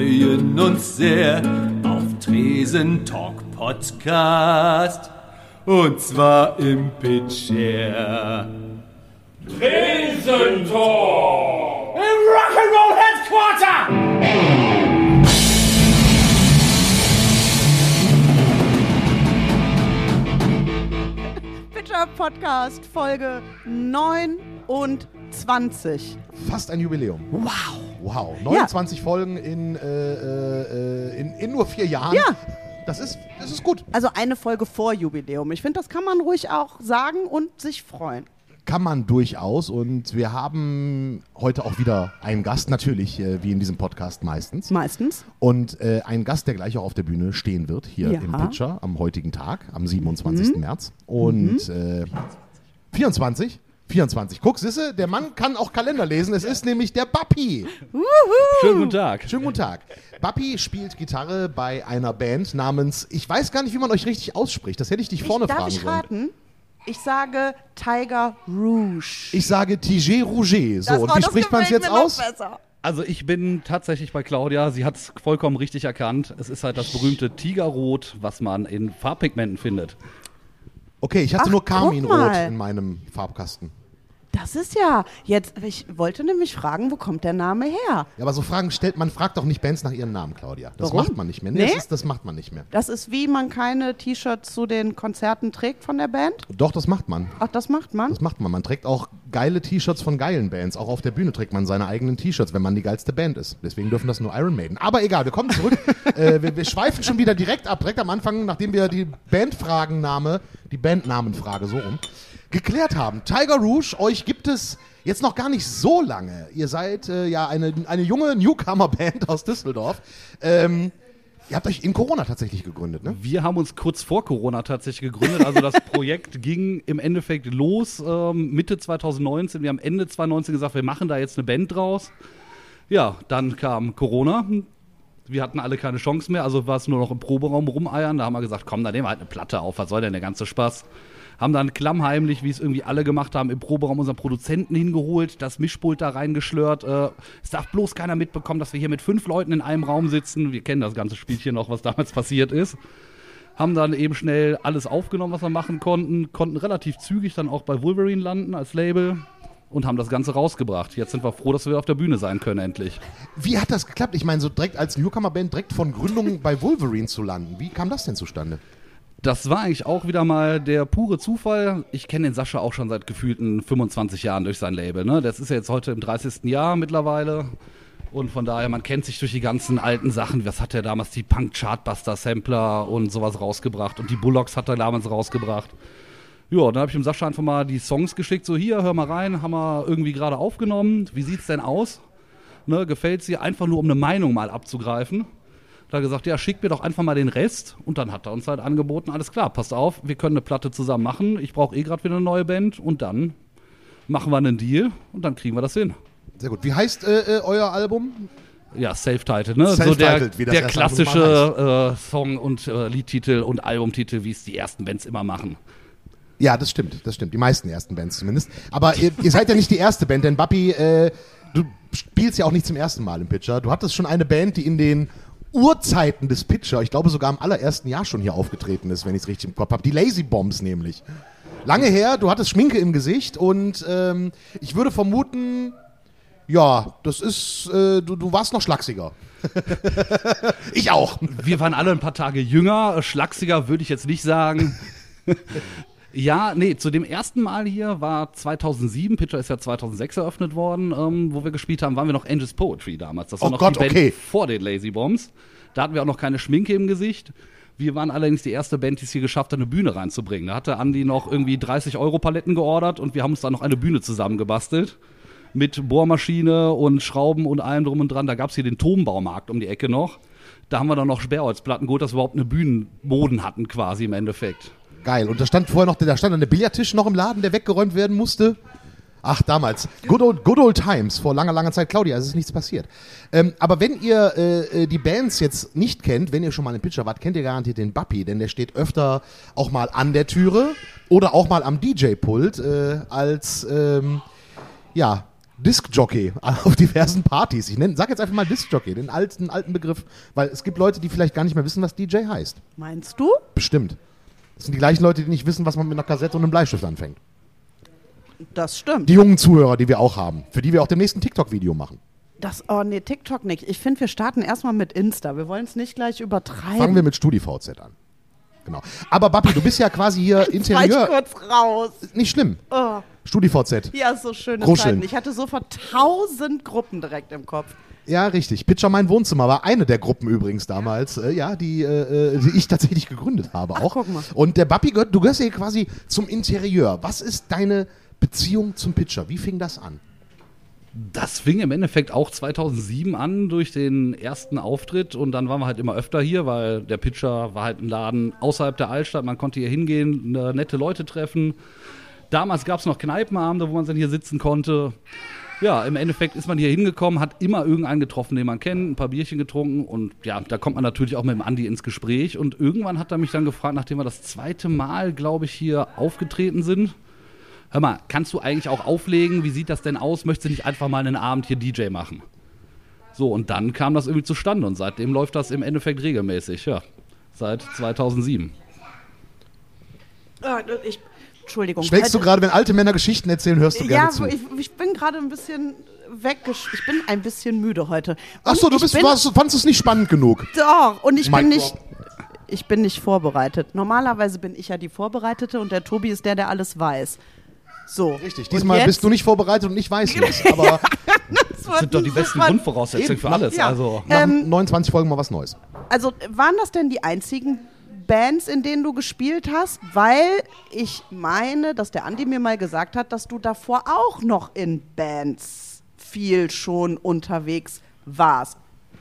freuen uns sehr auf Tresen Talk Podcast. Und zwar im Pitcher. Tresen Talk! Im Rock'n'Roll Headquarter! Pitcher Podcast Folge 29. Fast ein Jubiläum. Wow. Wow, 29 Folgen in nur 4 Jahren. Ja. Das ist gut. Also eine Folge vor Jubiläum. Ich finde, das kann man ruhig auch sagen und sich freuen. Kann man durchaus. Und wir haben heute auch wieder einen Gast, natürlich, wie in diesem Podcast meistens. Meistens. Und einen Gast, der gleich auch auf der Bühne stehen wird, hier im Pitcher am heutigen Tag, am 27. März. Und 24. Guck, Sisse, der Mann kann auch Kalender lesen. Es ist nämlich der Bappi. Schönen guten Tag. Schönen guten Tag. Bappi spielt Gitarre bei einer Band namens, ich weiß gar nicht, wie man euch richtig ausspricht. Das hätte ich dich vorne fragen sollen. Darf ich raten? Ich sage Tiger Rouge. Ich sage Tigé Rouget. So, und wie spricht man es jetzt aus? Also ich bin tatsächlich bei Claudia, sie hat es vollkommen richtig erkannt. Es ist halt das berühmte Tigerrot, was man in Farbpigmenten findet. Okay, ich hatte nur guck Karminrot mal. in meinem Farbkasten. Das ist ja, jetzt, ich wollte nämlich fragen, wo kommt der Name her? Ja, aber so Fragen stellt man, fragt doch nicht Bands nach ihren Namen, Claudia. Das Warum? macht man nicht mehr. Nee? Das macht man nicht mehr. Das ist wie man keine T-Shirts zu den Konzerten trägt von der Band? Doch, das macht man. Ach, das macht man? Das macht man. Man trägt auch geile T-Shirts von geilen Bands. Auch auf der Bühne trägt man seine eigenen T-Shirts, wenn man die geilste Band ist. Deswegen dürfen das nur Iron Maiden. Aber egal, wir kommen zurück. Wir schweifen schon wieder direkt ab. Direkt am Anfang, nachdem wir die Bandnamenfrage so rum geklärt haben. Tiger Rouge, euch gibt es jetzt noch gar nicht so lange. Ihr seid ja eine junge Newcomer-Band aus Düsseldorf. Ihr habt euch in Corona tatsächlich gegründet, ne? Wir haben uns kurz vor Corona tatsächlich gegründet. Also das Projekt ging im Endeffekt los Mitte 2019. Wir haben Ende 2019 gesagt, wir machen da jetzt eine Band draus. Ja, dann kam Corona. Wir hatten alle keine Chance mehr, also war es nur noch im Proberaum rumeiern. Da haben wir gesagt, komm, dann nehmen wir halt eine Platte auf. Was soll denn der ganze Spaß? Haben dann klammheimlich, wie es irgendwie alle gemacht haben, im Proberaum unseren Produzenten hingeholt, das Mischpult da reingeschlört. Es darf bloß keiner mitbekommen, dass wir hier mit 5 Leuten in einem Raum sitzen. Wir kennen das ganze Spielchen noch, was damals passiert ist. Haben dann eben schnell alles aufgenommen, was wir machen konnten relativ zügig dann auch bei Wolverine landen als Label und haben das Ganze rausgebracht. Jetzt sind wir froh, dass wir auf der Bühne sein können endlich. Wie hat das geklappt? Ich meine, so direkt als Newcomer-Band, direkt von Gründung bei Wolverine zu landen. Wie kam das denn zustande? Das war eigentlich auch wieder mal der pure Zufall. Ich kenne den Sascha auch schon seit gefühlten 25 Jahren durch sein Label. Ne? Das ist ja jetzt heute im 30. Jahr mittlerweile. Und von daher, man kennt sich durch die ganzen alten Sachen. Was hat er damals, die Punk-Chartbuster-Sampler und sowas rausgebracht. Und die Bullocks hat er damals rausgebracht. Ja, dann habe ich dem Sascha einfach mal die Songs geschickt. So, hier, hör mal rein, haben wir irgendwie gerade aufgenommen. Wie sieht's denn aus? Ne, gefällt's dir? Einfach nur, um eine Meinung mal abzugreifen. Da gesagt, ja, schick mir doch einfach mal den Rest. Und dann hat er uns halt angeboten, alles klar, passt auf, wir können eine Platte zusammen machen. Ich brauche gerade wieder eine neue Band. Und dann machen wir einen Deal und dann kriegen wir das hin. Sehr gut. Wie heißt euer Album? Ja, Self-Titled, ne? Self-Titled, so wie das der erste klassische Song- und Liedtitel und Albumtitel, wie es die ersten Bands immer machen. Ja, das stimmt. Die meisten ersten Bands zumindest. Aber ihr seid ja nicht die erste Band, denn Bappi, du spielst ja auch nicht zum ersten Mal im Pitcher. Du hattest schon eine Band, die in den Urzeiten des Pitcher, ich glaube sogar im allerersten Jahr schon hier aufgetreten ist, wenn ich es richtig im Kopf habe. Die Lazy Bombs nämlich. Lange her, du hattest Schminke im Gesicht und ich würde vermuten, ja, das ist, du warst noch schlachsiger. Ich auch. Wir waren alle ein paar Tage jünger, schlachsiger würde ich jetzt nicht sagen. Ja, nee, zu dem ersten Mal hier war 2007, Pitcher ist ja 2006 eröffnet worden, wo wir gespielt haben, waren wir noch Angels Poetry damals. Das war noch die Band vor den Lazy Bombs. Da hatten wir auch noch keine Schminke im Gesicht. Wir waren allerdings die erste Band, die es hier geschafft hat, eine Bühne reinzubringen. Da hatte Andi noch irgendwie 30-Euro-Paletten geordert und wir haben uns dann noch eine Bühne zusammengebastelt. Mit Bohrmaschine und Schrauben und allem drum und dran. Da gab es hier den Turmbaumarkt um die Ecke noch. Da haben wir dann noch Sperrholzplatten geholt, dass wir überhaupt eine Bühnenboden hatten quasi im Endeffekt. Geil. Und da stand vorher noch, der Billardtisch noch im Laden, der weggeräumt werden musste. Ach, damals. Good old times. Vor langer, langer Zeit. Claudia, es ist nichts passiert. Aber wenn ihr die Bands jetzt nicht kennt, wenn ihr schon mal im Pitcher wart, kennt ihr garantiert den Bappi, denn der steht öfter auch mal an der Türe oder auch mal am DJ-Pult als Disc-Jockey auf diversen Partys. Sag jetzt einfach mal Disc-Jockey, den alten Begriff, weil es gibt Leute, die vielleicht gar nicht mehr wissen, was DJ heißt. Meinst du? Bestimmt. Das sind die gleichen Leute, die nicht wissen, was man mit einer Kassette und einem Bleistift anfängt. Das stimmt. Die jungen Zuhörer, die wir auch haben, für die wir auch demnächst ein TikTok-Video machen. TikTok nicht. Ich finde, wir starten erstmal mit Insta. Wir wollen es nicht gleich übertreiben. Fangen wir mit StudiVZ an. Genau. Aber Bappi, du bist ja quasi hier Interieur. kurz raus. Nicht schlimm. Oh. StudiVZ. Ja, so schöne Kuscheln. Zeiten. Ich hatte sofort 1000 Gruppen direkt im Kopf. Ja, richtig. Pitcher Mein Wohnzimmer war eine der Gruppen übrigens damals, die ich tatsächlich gegründet habe auch. Guck mal. Und der Bappi, du gehörst ja hier quasi zum Interieur. Was ist deine Beziehung zum Pitcher? Wie fing das an? Das fing im Endeffekt auch 2007 an durch den ersten Auftritt und dann waren wir halt immer öfter hier, weil der Pitcher war halt ein Laden außerhalb der Altstadt, man konnte hier hingehen, nette Leute treffen. Damals gab es noch Kneipenabende, wo man dann hier sitzen konnte. Ja, im Endeffekt ist man hier hingekommen, hat immer irgendeinen getroffen, den man kennt, ein paar Bierchen getrunken und ja, da kommt man natürlich auch mit dem Andi ins Gespräch und irgendwann hat er mich dann gefragt, nachdem wir das zweite Mal, glaube ich, hier aufgetreten sind, hör mal, kannst du eigentlich auch auflegen? Wie sieht das denn aus? Möchtest du nicht einfach mal einen Abend hier DJ machen? So, und dann kam das irgendwie zustande und seitdem läuft das im Endeffekt regelmäßig, ja, seit 2007. Entschuldigung. Schwelgst du gerade, wenn alte Männer Geschichten erzählen, hörst du gerne zu? Ja, ich bin gerade ein bisschen ich bin ein bisschen müde heute. Achso, fandst es nicht spannend genug? Doch, und ich Mic bin nicht vorbereitet. Normalerweise bin ich ja die Vorbereitete und der Tobi ist der alles weiß. So. Richtig, diesmal bist du nicht vorbereitet und ich weiß es. Aber das sind doch die besten Grundvoraussetzungen für alles. Ja. Also. nach 29 Folgen mal was Neues. Also waren das denn die einzigen Bands, in denen du gespielt hast? Weil ich meine, dass der Andi mir mal gesagt hat, dass du davor auch noch in Bands viel schon unterwegs warst.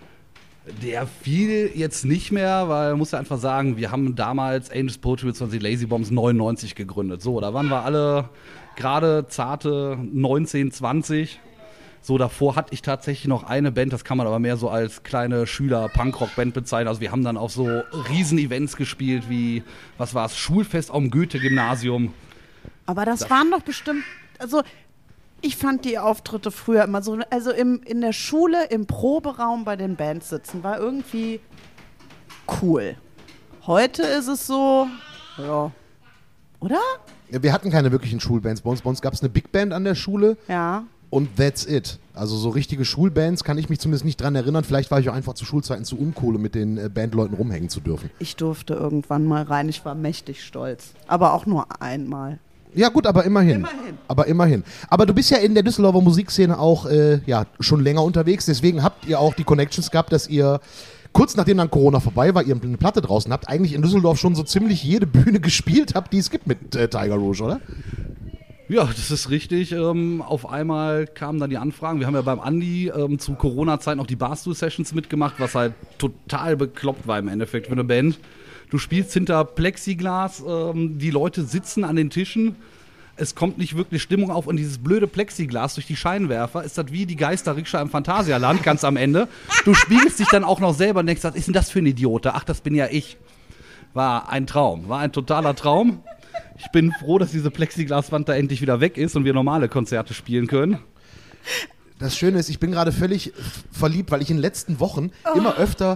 Der fiel jetzt nicht mehr, weil man muss ja einfach sagen, wir haben damals Angels Poetry bzw. Lazy Bombs 99 gegründet. So, da waren wir alle gerade zarte 19, 20. So, davor hatte ich tatsächlich noch eine Band, das kann man aber mehr so als kleine Schüler-Punkrock-Band bezeichnen. Also wir haben dann auf so Riesen-Events gespielt wie, was war es, Schulfest am Goethe-Gymnasium. Aber das waren doch bestimmt, also ich fand die Auftritte früher immer so, also in der Schule, im Proberaum bei den Bands sitzen, war irgendwie cool. Heute ist es so, ja, oder? Ja, wir hatten keine wirklichen Schulbands. Bei uns gab es eine Big Band an der Schule. Ja. Und that's it. Also so richtige Schulbands kann ich mich zumindest nicht dran erinnern. Vielleicht war ich auch einfach zu Schulzeiten zu uncool, um mit den Bandleuten rumhängen zu dürfen. Ich durfte irgendwann mal rein, ich war mächtig stolz. Aber auch nur einmal. Ja gut, aber immerhin. Aber du bist ja in der Düsseldorfer Musikszene auch schon länger unterwegs. Deswegen habt ihr auch die Connections gehabt, dass ihr kurz nachdem dann Corona vorbei war, ihr eine Platte draußen habt, eigentlich in Düsseldorf schon so ziemlich jede Bühne gespielt habt, die es gibt mit Tiger Rouge, oder? Ja, das ist richtig. Auf einmal kamen dann die Anfragen. Wir haben ja beim Andi zu Corona-Zeit noch die Barstool-Sessions mitgemacht, was halt total bekloppt war im Endeffekt für eine Band. Du spielst hinter Plexiglas, die Leute sitzen an den Tischen, es kommt nicht wirklich Stimmung auf und dieses blöde Plexiglas durch die Scheinwerfer ist das wie die Geisterrikscha im Phantasialand ganz am Ende. Du spiegelst dich dann auch noch selber und denkst, was ist denn das für ein Idiot? Ach, das bin ja ich. War ein Traum, war ein totaler Traum. Ich bin froh, dass diese Plexiglaswand da endlich wieder weg ist und wir normale Konzerte spielen können. Das Schöne ist, ich bin gerade völlig verliebt, weil ich in den letzten Wochen immer öfter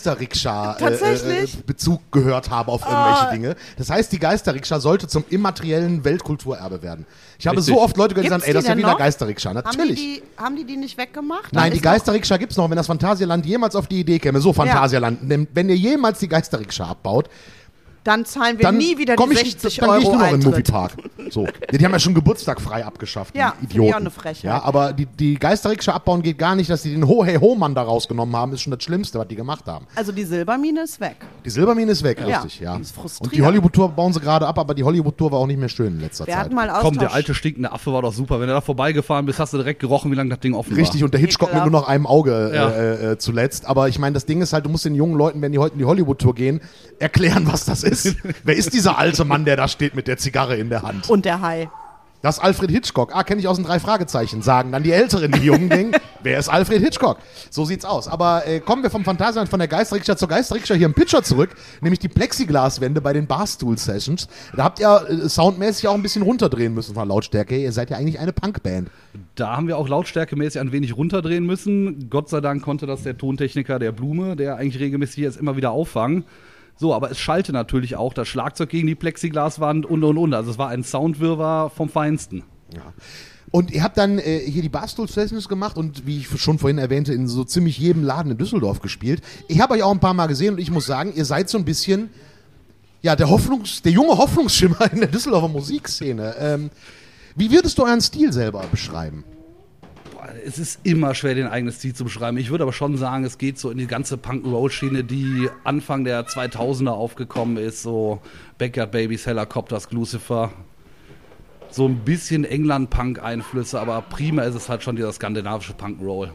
Geisterrikscha-Bezug gehört habe auf irgendwelche Dinge. Das heißt, die Geisterrikscha sollte zum immateriellen Weltkulturerbe werden. Ich habe so oft Leute gehört, die sagen, ey, das ist ja wieder Geisterrikscha. Natürlich. Haben die nicht weggemacht? Nein, die Geisterrikscha gibt's noch. Wenn das Phantasialand jemals auf die Idee käme, so Phantasialand, wenn ihr jemals die Geisterrikscha abbaut, dann zahlen wir nie wieder die 60 Euro Dann gehe ich nur noch in den Eintritt. Moviepark. So. Die haben ja schon Geburtstag frei abgeschafft, Ja, die finde Idioten. ich auch eine Frechheit. Ja, aber die Geisterrikscha abbauen geht gar nicht, dass die den Ho-Hey-Ho-Mann da rausgenommen haben, ist schon das Schlimmste, was die gemacht haben. Also die Silbermine ist weg. Die Silbermine ist weg, Ja, richtig, ja. die ist frustrierend. Und die Hollywood-Tour bauen sie gerade ab, aber die Hollywood-Tour war auch nicht mehr schön in letzter Wir Zeit. hatten mal Austausch. Komm, der alte stinkende Affe war doch super. Wenn du da vorbeigefahren bist, hast du direkt gerochen, wie lange das Ding offen war. Richtig, und der Hitchcock mit nur noch einem Auge Ja. zuletzt. Aber ich meine, das Ding ist halt, du musst den jungen Leuten, wenn die heute in die Hollywood-Tour gehen, erklären, was das ist. Wer ist dieser alte Mann, der da steht mit der Zigarre in der Hand? Und der Hai. Das ist Alfred Hitchcock. Kenne ich aus den 3 Fragezeichen, sagen dann die Älteren, die Jungen denken. Wer ist Alfred Hitchcock? So sieht's aus. Aber kommen wir vom Phantasialand von der Geisterrikscha zur Geisterrikscha hier im Pitcher zurück, nämlich die Plexiglaswände bei den Barstool-Sessions. Da habt ihr soundmäßig auch ein bisschen runterdrehen müssen von der Lautstärke. Ihr seid ja eigentlich eine Punkband. Da haben wir auch lautstärkemäßig ein wenig runterdrehen müssen. Gott sei Dank konnte das der Tontechniker der Blume, der eigentlich regelmäßig jetzt immer wieder auffangen. So, aber es schallte natürlich auch das Schlagzeug gegen die Plexiglaswand und. Also es war ein Soundwirrwarr vom Feinsten. Ja. Und ihr habt dann hier die Barstool-Sessions gemacht und wie ich schon vorhin erwähnte, in so ziemlich jedem Laden in Düsseldorf gespielt. Ich habe euch auch ein paar Mal gesehen und ich muss sagen, ihr seid so ein bisschen ja, der junge Hoffnungsschimmer in der Düsseldorfer Musikszene. Wie würdest du euren Stil selber beschreiben? Es ist immer schwer, den eigenen Stil zu beschreiben. Ich würde aber schon sagen, es geht so in die ganze Punk-Roll-Schiene, die Anfang der 2000er aufgekommen ist. So Backyard Babies, Helicopters, Lucifer. So ein bisschen England-Punk-Einflüsse, aber primär ist es halt schon dieser skandinavische Punk-Roll.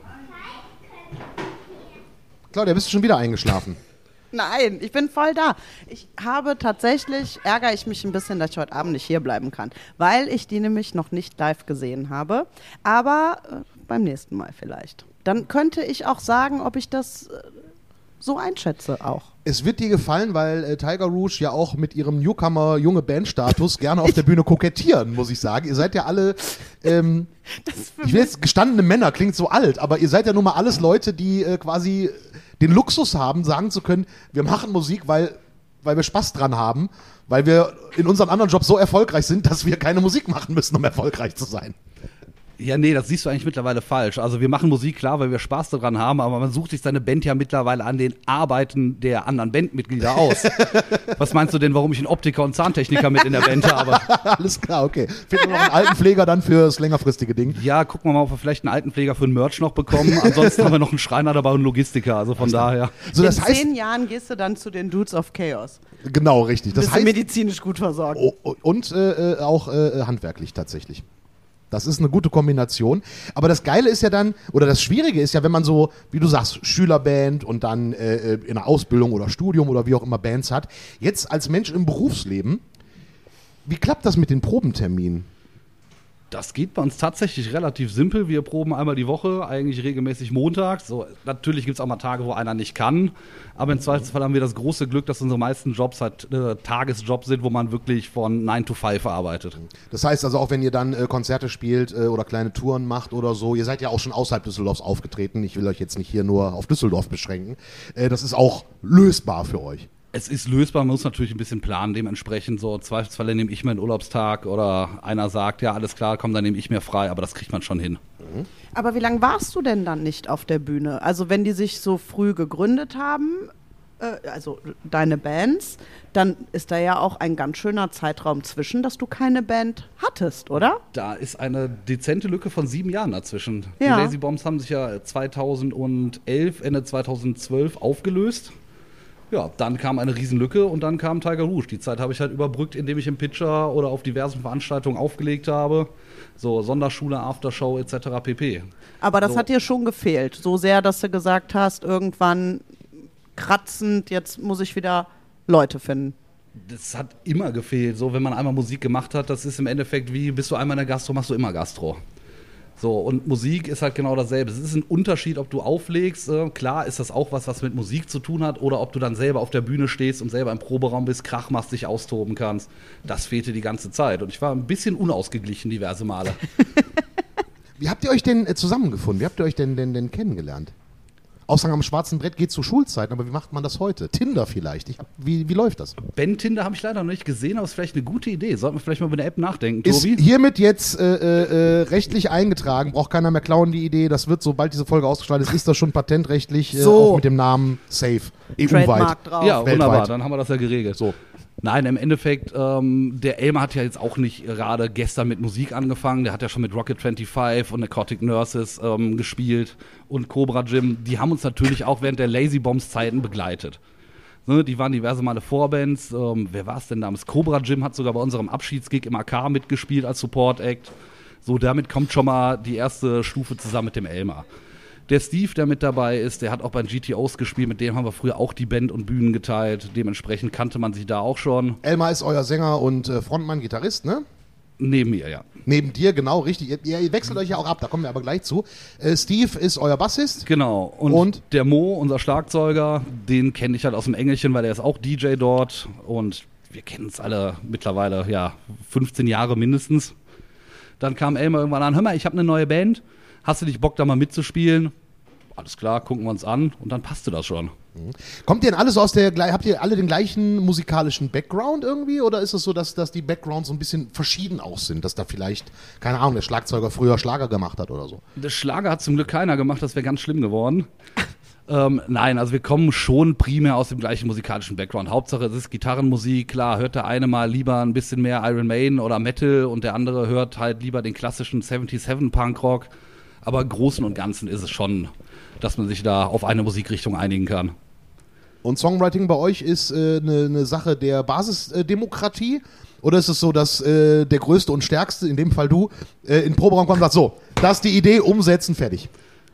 Claudia, bist du schon wieder eingeschlafen? Nein, ich bin voll da. Ich habe tatsächlich, ärgere ich mich ein bisschen, dass ich heute Abend nicht hier bleiben kann, weil ich die nämlich noch nicht live gesehen habe. Aber beim nächsten Mal vielleicht. Dann könnte ich auch sagen, ob ich das so einschätze auch. Es wird dir gefallen, weil Tiger Rouge ja auch mit ihrem Newcomer-Junge-Band-Status gerne auf der Bühne kokettieren, muss ich sagen. Ihr seid ja alle, ich will jetzt gestandene Männer, klingt so alt, aber ihr seid ja nun mal alles Leute, die quasi den Luxus haben, sagen zu können, wir machen Musik, weil wir Spaß dran haben, weil wir in unseren anderen Jobs so erfolgreich sind, dass wir keine Musik machen müssen, um erfolgreich zu sein. Ja, nee, das siehst du eigentlich mittlerweile falsch. Also wir machen Musik, klar, weil wir Spaß daran haben, aber man sucht sich seine Band ja mittlerweile an den Arbeiten der anderen Bandmitglieder aus. Was meinst du denn, warum ich einen Optiker und Zahntechniker mit in der Band habe? Alles klar, okay. Finden wir noch einen Altenpfleger dann fürs längerfristige Ding? Ja, gucken wir mal, ob wir vielleicht einen Altenpfleger für ein Merch noch bekommen. Ansonsten haben wir noch einen Schreiner dabei und einen Logistiker, also von daher. So, das in heißt, 10 Jahren gehst du dann zu den Dudes of Chaos. Genau, richtig. Das Bist du heißt, medizinisch gut versorgt. und auch handwerklich tatsächlich. Das ist eine gute Kombination. Aber das Geile ist ja dann, oder das Schwierige ist ja, wenn man so, wie du sagst, Schülerband und dann in der Ausbildung oder Studium oder wie auch immer Bands hat. Jetzt als Mensch im Berufsleben, wie klappt das mit den Probenterminen? Das geht bei uns tatsächlich relativ simpel. Wir proben einmal die Woche, eigentlich regelmäßig montags. So, natürlich gibt es auch mal Tage, wo einer nicht kann. Aber im Zweifelsfall haben wir das große Glück, dass unsere meisten Jobs halt Tagesjobs sind, wo man wirklich von 9 to 5 arbeitet. Das heißt also auch, wenn ihr dann Konzerte spielt oder kleine Touren macht oder so, ihr seid ja auch schon außerhalb Düsseldorfs aufgetreten. Ich will euch jetzt nicht hier nur auf Düsseldorf beschränken. Das ist auch lösbar für euch. Es ist lösbar, man muss natürlich ein bisschen planen, dementsprechend so im Zweifelsfall nehme ich mir einen Urlaubstag oder einer sagt, ja alles klar, komm, dann nehme ich mir frei, aber das kriegt man schon hin. Aber wie lange warst du denn dann nicht auf der Bühne? Also wenn die sich so früh gegründet haben, also deine Bands, dann ist da ja auch ein ganz schöner Zeitraum zwischen, dass du keine Band hattest, oder? Da ist eine dezente Lücke von 7 Jahren dazwischen. Ja. Die Lazy Bombs haben sich ja 2011, Ende 2012 aufgelöst. Ja, dann kam eine Riesenlücke und dann kam Tiger Rouge. Die Zeit habe ich halt überbrückt, indem ich im Pitcher oder auf diversen Veranstaltungen aufgelegt habe. So Sonderschule, Aftershow etc. pp. Aber das So. hat dir schon gefehlt. So sehr, dass du gesagt hast, irgendwann kratzend, jetzt muss ich wieder Leute finden. Das hat immer gefehlt. So, wenn man einmal Musik gemacht hat, das ist im Endeffekt wie, bist du einmal in der Gastro, machst du immer Gastro. So, und Musik ist halt genau dasselbe. Es ist ein Unterschied, ob du auflegst. Klar ist das auch was mit Musik zu tun hat. Oder ob du dann selber auf der Bühne stehst und selber im Proberaum bist, Krach machst, dich austoben kannst. Das fehlte die ganze Zeit. Und ich war ein bisschen unausgeglichen diverse Male. Wie habt ihr euch denn zusammengefunden? Wie habt ihr euch denn kennengelernt? Aushang am schwarzen Brett geht zu Schulzeiten, aber wie macht man das heute? Tinder vielleicht? Wie läuft das? Ben Tinder habe ich leider noch nicht gesehen, aber ist vielleicht eine gute Idee. Sollten wir vielleicht mal über eine App nachdenken, Ist Tobi? hiermit jetzt rechtlich eingetragen, braucht keiner mehr klauen die Idee. Das wird, sobald diese Folge ausgestrahlt ist das schon patentrechtlich auch mit dem Namen Safe, EU-weit. Trademark drauf. Ja, weltweit. wunderbar, dann haben wir das ja geregelt. So. Nein, im Endeffekt, der Elmar hat ja jetzt auch nicht gerade gestern mit Musik angefangen. Der hat ja schon mit Rocket 25 und Narcotic Nurses gespielt und Cobra Gym. Die haben uns natürlich auch während der Lazy Bombs Zeiten begleitet. Ne, die waren diverse Male Vorbands. Wer war es denn damals? Cobra Gym hat sogar bei unserem Abschiedsgig im AK mitgespielt als Support Act. So, damit kommt schon mal die erste Stufe zusammen mit dem Elmar. Der Steve, der mit dabei ist, der hat auch bei GTOs gespielt, mit dem haben wir früher auch die Band und Bühnen geteilt. Dementsprechend kannte man sich da auch schon. Elmar ist euer Sänger und Frontmann, Gitarrist, ne? Neben mir, ja. Neben dir, genau, richtig. Ihr wechselt euch ja auch ab, da kommen wir aber gleich zu. Steve ist euer Bassist. Genau. Und der Mo, unser Schlagzeuger, den kenne ich halt aus dem Engelchen, weil er ist auch DJ dort. Und wir kennen uns alle mittlerweile, 15 Jahre mindestens. Dann kam Elmar irgendwann an, hör mal, ich habe eine neue Band. Hast du nicht Bock, da mal mitzuspielen? Alles klar, gucken wir uns an und dann passte das schon. Kommt ihr denn alle so habt ihr alle den gleichen musikalischen Background irgendwie? Oder ist es so, dass die Backgrounds so ein bisschen verschieden auch sind? Dass da vielleicht, keine Ahnung, der Schlagzeuger früher Schlager gemacht hat oder so? Der Schlager hat zum Glück keiner gemacht, das wäre ganz schlimm geworden. Nein, also wir kommen schon primär aus dem gleichen musikalischen Background. Hauptsache es ist Gitarrenmusik, klar, hört der eine mal lieber ein bisschen mehr Iron Maiden oder Metal und der andere hört halt lieber den klassischen 77 Punkrock. Aber im Großen und Ganzen ist es schon, dass man sich da auf eine Musikrichtung einigen kann. Und Songwriting bei euch ist eine Sache der Basisdemokratie? Oder ist es so, dass der Größte und Stärkste, in dem Fall du, in den Proberaum kommt und sagt, so, das ist die Idee, umsetzen, fertig?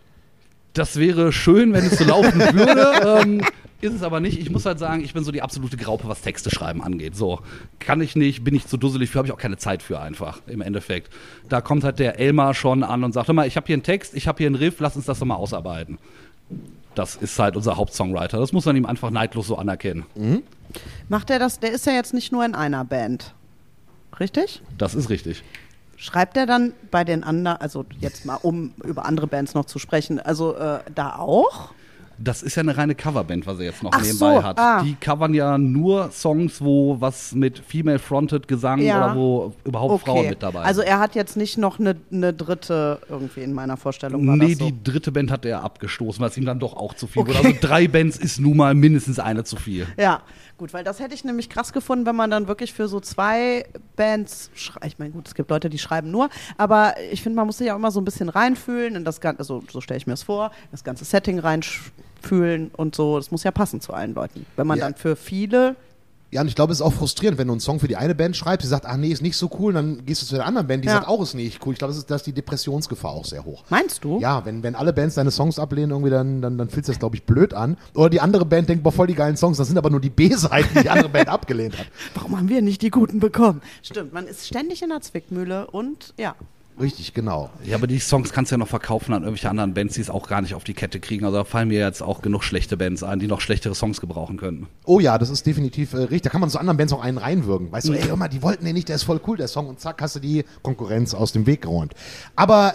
Das wäre schön, wenn es so laufen würde. Ist es aber nicht. Ich muss halt sagen, ich bin so die absolute Graupe, was Texte schreiben angeht. So, kann ich nicht, bin ich zu dusselig für, habe ich auch keine Zeit für einfach, im Endeffekt. Da kommt halt der Elmar schon an und sagt, hör mal, ich habe hier einen Text, ich habe hier einen Riff, lass uns das doch mal ausarbeiten. Das ist halt unser Hauptsongwriter. Das muss man ihm einfach neidlos so anerkennen. Mhm. Macht er das, der ist ja jetzt nicht nur in einer Band, richtig? Das ist richtig. Schreibt er dann bei den anderen, also jetzt mal um über andere Bands noch zu sprechen, also da auch? Das ist ja eine reine Coverband, was er jetzt noch Ach nebenbei so, hat. Die covern ja nur Songs, wo was mit Female-Fronted Gesang oder wo überhaupt Frauen mit dabei sind. Also er hat jetzt nicht noch eine dritte irgendwie in meiner Vorstellung. War Nee, das so? die dritte Band hat er abgestoßen, weil es ihm dann doch auch zu viel wurde. Also 3 Bands ist nun mal mindestens eine zu viel. Ja. Gut, weil das hätte ich nämlich krass gefunden, wenn man dann wirklich für so 2 Bands ich meine, gut, es gibt Leute, die schreiben nur, aber ich finde, man muss sich ja auch immer so ein bisschen reinfühlen in das Ganze, also so stelle ich mir es vor, das ganze Setting reinfühlen und so, das muss ja passen zu allen Leuten. Wenn man dann für viele... Ja, und ich glaube, es ist auch frustrierend, wenn du einen Song für die eine Band schreibst, die sagt, ach nee, ist nicht so cool, dann gehst du zu der anderen Band, die sagt auch, ist nicht cool. Ich glaube, da ist die Depressionsgefahr auch sehr hoch. Meinst du? Ja, wenn alle Bands deine Songs ablehnen, irgendwie, dann fühlt sich das, glaube ich, blöd an. Oder die andere Band denkt, boah, voll die geilen Songs, das sind aber nur die B-Seiten, die die andere Band abgelehnt hat. Warum haben wir nicht die guten bekommen? Stimmt, man ist ständig in der Zwickmühle und Richtig, genau. Ja, aber die Songs kannst du ja noch verkaufen an irgendwelche anderen Bands, die es auch gar nicht auf die Kette kriegen. Also da fallen mir jetzt auch genug schlechte Bands ein, die noch schlechtere Songs gebrauchen könnten. Oh ja, das ist definitiv richtig. Da kann man so anderen Bands auch einen reinwürgen. Weißt du, ey, hör mal, die wollten den nicht, der ist voll cool, der Song. Und zack, hast du die Konkurrenz aus dem Weg geräumt. Aber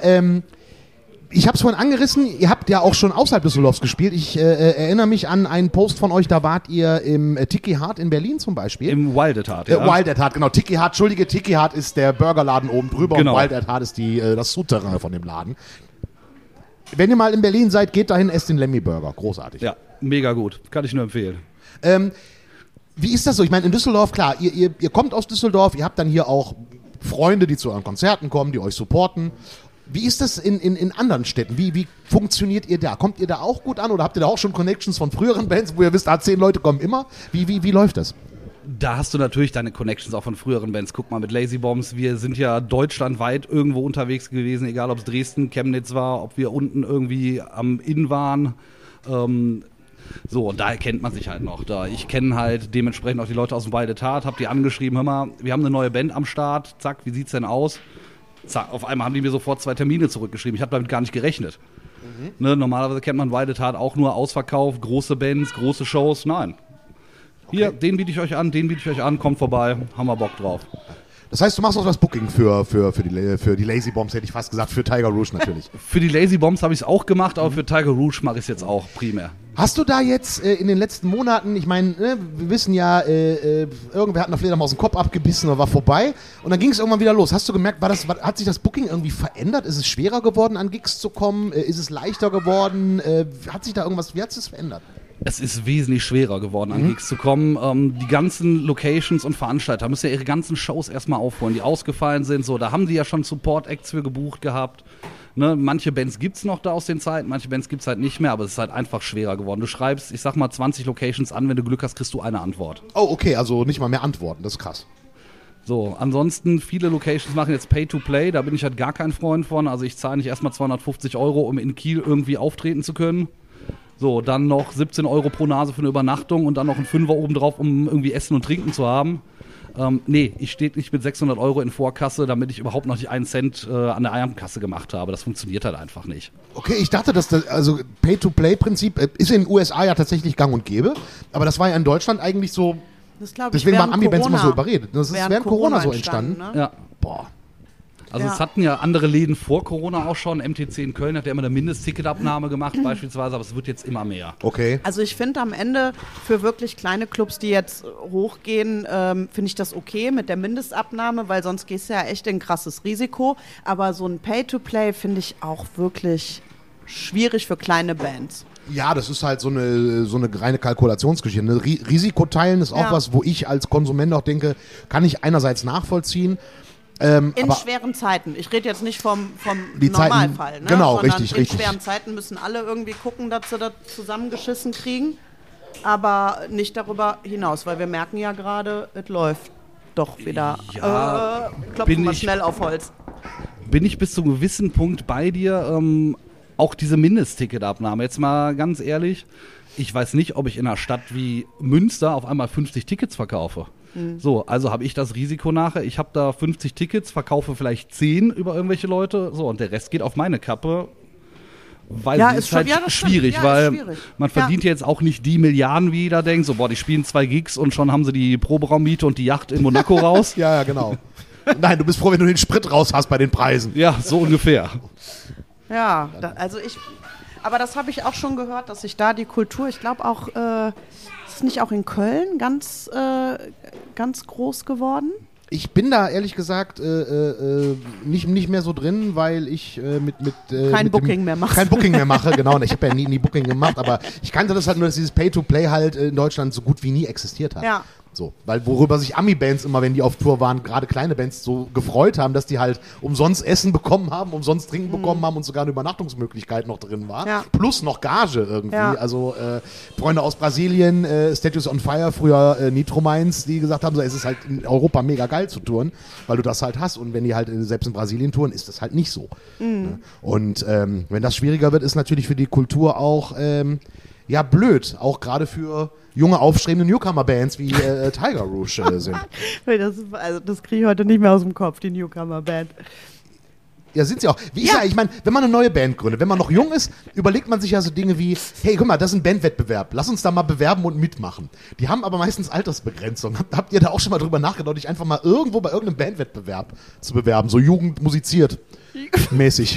ich habe es vorhin angerissen, ihr habt ja auch schon außerhalb Düsseldorfs gespielt. Ich erinnere mich an einen Post von euch, da wart ihr im Tiki Hart in Berlin zum Beispiel. Im Wild at Heart, ja. Wild at Heart, genau. Tiki Hart, Entschuldige, Tiki Hart ist der Burgerladen oben drüber genau. Und Wild at Heart ist das Souterrain von dem Laden. Wenn ihr mal in Berlin seid, geht dahin, esst den Lemmy Burger. Großartig. Ja, mega gut. Kann ich nur empfehlen. Wie ist das so? Ich meine, in Düsseldorf, klar, ihr kommt aus Düsseldorf, ihr habt dann hier auch Freunde, die zu euren Konzerten kommen, die euch supporten. Wie ist das in anderen Städten? Wie funktioniert ihr da? Kommt ihr da auch gut an oder habt ihr da auch schon Connections von früheren Bands, wo ihr wisst, 10 Leute kommen immer? Wie läuft das? Da hast du natürlich deine Connections auch von früheren Bands. Guck mal mit Lazy Bombs, wir sind ja deutschlandweit irgendwo unterwegs gewesen, egal ob es Dresden, Chemnitz war, ob wir unten irgendwie am Inn waren. So, und da kennt man sich halt noch. Ich kenne halt dementsprechend auch die Leute aus dem Wild at Heart, hab die angeschrieben, hör mal, wir haben eine neue Band am Start, zack, wie sieht's denn aus? Zack, auf einmal haben die mir sofort 2 Termine zurückgeschrieben. Ich habe damit gar nicht gerechnet. Ne, normalerweise kennt man Wild at Heart auch nur Ausverkauf, große Bands, große Shows. Nein. Hier, den biete ich euch an, kommt vorbei, haben wir Bock drauf. Das heißt, du machst auch das Booking für die Lazy Bombs, hätte ich fast gesagt, für Tiger Rouge natürlich. Für die Lazy Bombs habe ich es auch gemacht, aber für Tiger Rouge mache ich es jetzt auch primär. Hast du da jetzt in den letzten Monaten, ich meine, wir wissen ja, irgendwer hat eine Fledermaus den Kopf abgebissen oder war vorbei und dann ging es irgendwann wieder los. Hast du gemerkt, hat sich das Booking irgendwie verändert? Ist es schwerer geworden, an Gigs zu kommen? Ist es leichter geworden? Hat sich da irgendwas, wie hat es verändert? Es ist wesentlich schwerer geworden, an Gigs zu kommen. Die ganzen Locations und Veranstalter müssen ja ihre ganzen Shows erstmal aufholen, die ausgefallen sind. So, da haben die ja schon Support-Acts für gebucht gehabt. Ne, manche Bands gibt's noch da aus den Zeiten, manche Bands gibt's halt nicht mehr, aber es ist halt einfach schwerer geworden. Du schreibst, ich sag mal, 20 Locations an, wenn du Glück hast, kriegst du eine Antwort. Oh, okay, also nicht mal mehr Antworten, das ist krass. So, ansonsten, viele Locations machen jetzt Pay-to-Play, da bin ich halt gar kein Freund von. Also ich zahle nicht erstmal 250 €, um in Kiel irgendwie auftreten zu können. So, dann noch 17 € pro Nase für eine Übernachtung und dann noch ein 5er obendrauf, um irgendwie Essen und Trinken zu haben. Nee, ich stehe nicht mit 600 € in Vorkasse, damit ich überhaupt noch nicht einen Cent an der Einkasse gemacht habe. Das funktioniert halt einfach nicht. Okay, ich dachte, dass das, also Pay-to-Play-Prinzip ist in den USA ja tatsächlich gang und gäbe, aber das war ja in Deutschland eigentlich so, Das glaub ich, deswegen waren während Ami-Bands immer Corona- so überredet. Das ist während Corona so entstanden. Ne? Ja. Boah. Also Ja. es hatten ja andere Läden vor Corona auch schon. MTC in Köln hat ja immer eine Mindestticketabnahme gemacht beispielsweise, aber es wird jetzt immer mehr. Okay. Also ich finde am Ende für wirklich kleine Clubs, die jetzt hochgehen, finde ich das okay mit der Mindestabnahme, weil sonst gehst du ja echt in ein krasses Risiko. Aber so ein Pay-to-Play finde ich auch wirklich schwierig für kleine Bands. Ja, das ist halt so eine reine Kalkulationsgeschichte. Ne? Risiko teilen ist auch Ja. was, wo ich als Konsument auch denke, kann ich einerseits nachvollziehen. In Aber schweren Zeiten. Ich rede jetzt nicht vom Die Zeiten- Normalfall. Ne? genau, sondern richtig, in richtig. schweren Zeiten müssen alle irgendwie gucken, dass sie das zusammengeschissen kriegen. Aber nicht darüber hinaus, weil wir merken ja gerade, es läuft doch wieder. Ja, Klopfen bin wir ich- schnell auf Holz. Bin ich bis zu einem gewissen Punkt bei dir. Auch diese Mindestticketabnahme. Jetzt mal ganz ehrlich, ich weiß nicht, ob ich in einer Stadt wie Münster auf einmal 50 Tickets verkaufe. So, also habe ich das Risiko nachher. Ich habe da 50 Tickets, verkaufe vielleicht 10 über irgendwelche Leute. So, und der Rest geht auf meine Kappe. Weil Ja, es ist ist schon- halt ja, das stimmt. schwierig, Ja, ist weil schwierig. man verdient ja jetzt auch nicht die Milliarden, wie jeder denkt. So, boah, die spielen 2 Gigs und schon haben sie die Proberaummiete und die Yacht in Monaco raus. Ja, genau. Nein, du bist froh, wenn du den Sprit raus hast bei den Preisen. Ja, so ungefähr. Ja, aber das habe ich auch schon gehört, dass sich da die Kultur, ich glaube auch, ist es nicht auch in Köln ganz groß geworden? Ich bin da ehrlich gesagt nicht mehr so drin, weil ich Kein Booking mehr mache. Kein Booking mehr mache, genau. Ich habe ja nie Booking gemacht, aber ich kannte das halt nur, dass dieses Pay-to-Play halt in Deutschland so gut wie nie existiert hat. Ja. So, weil worüber sich Ami-Bands immer, wenn die auf Tour waren, gerade kleine Bands so gefreut haben, dass die halt umsonst Essen bekommen haben, umsonst Trinken bekommen haben und sogar eine Übernachtungsmöglichkeit noch drin war. Ja. Plus noch Gage irgendwie. Ja. Also Freunde aus Brasilien, Statues on Fire, früher Nitro Mainz, die gesagt haben, so, es ist halt in Europa mega geil zu touren, weil du das halt hast. Und wenn die halt selbst in Brasilien touren, ist das halt nicht so. Ne? Und wenn das schwieriger wird, ist natürlich für die Kultur auch ja blöd. Auch gerade für junge, aufstrebende Newcomer-Bands wie Tiger Rouge sind. Das kriege ich heute nicht mehr aus dem Kopf, die Newcomer-Band. Ja, sind sie auch. Wie ist ja, ich meine, wenn man eine neue Band gründet, wenn man noch jung ist, überlegt man sich ja so Dinge wie, hey, guck mal, das ist ein Bandwettbewerb, lass uns da mal bewerben und mitmachen. Die haben aber meistens Altersbegrenzung. Habt ihr da auch schon mal drüber nachgedacht, dich einfach mal irgendwo bei irgendeinem Bandwettbewerb zu bewerben, so Jugend musiziert mäßig?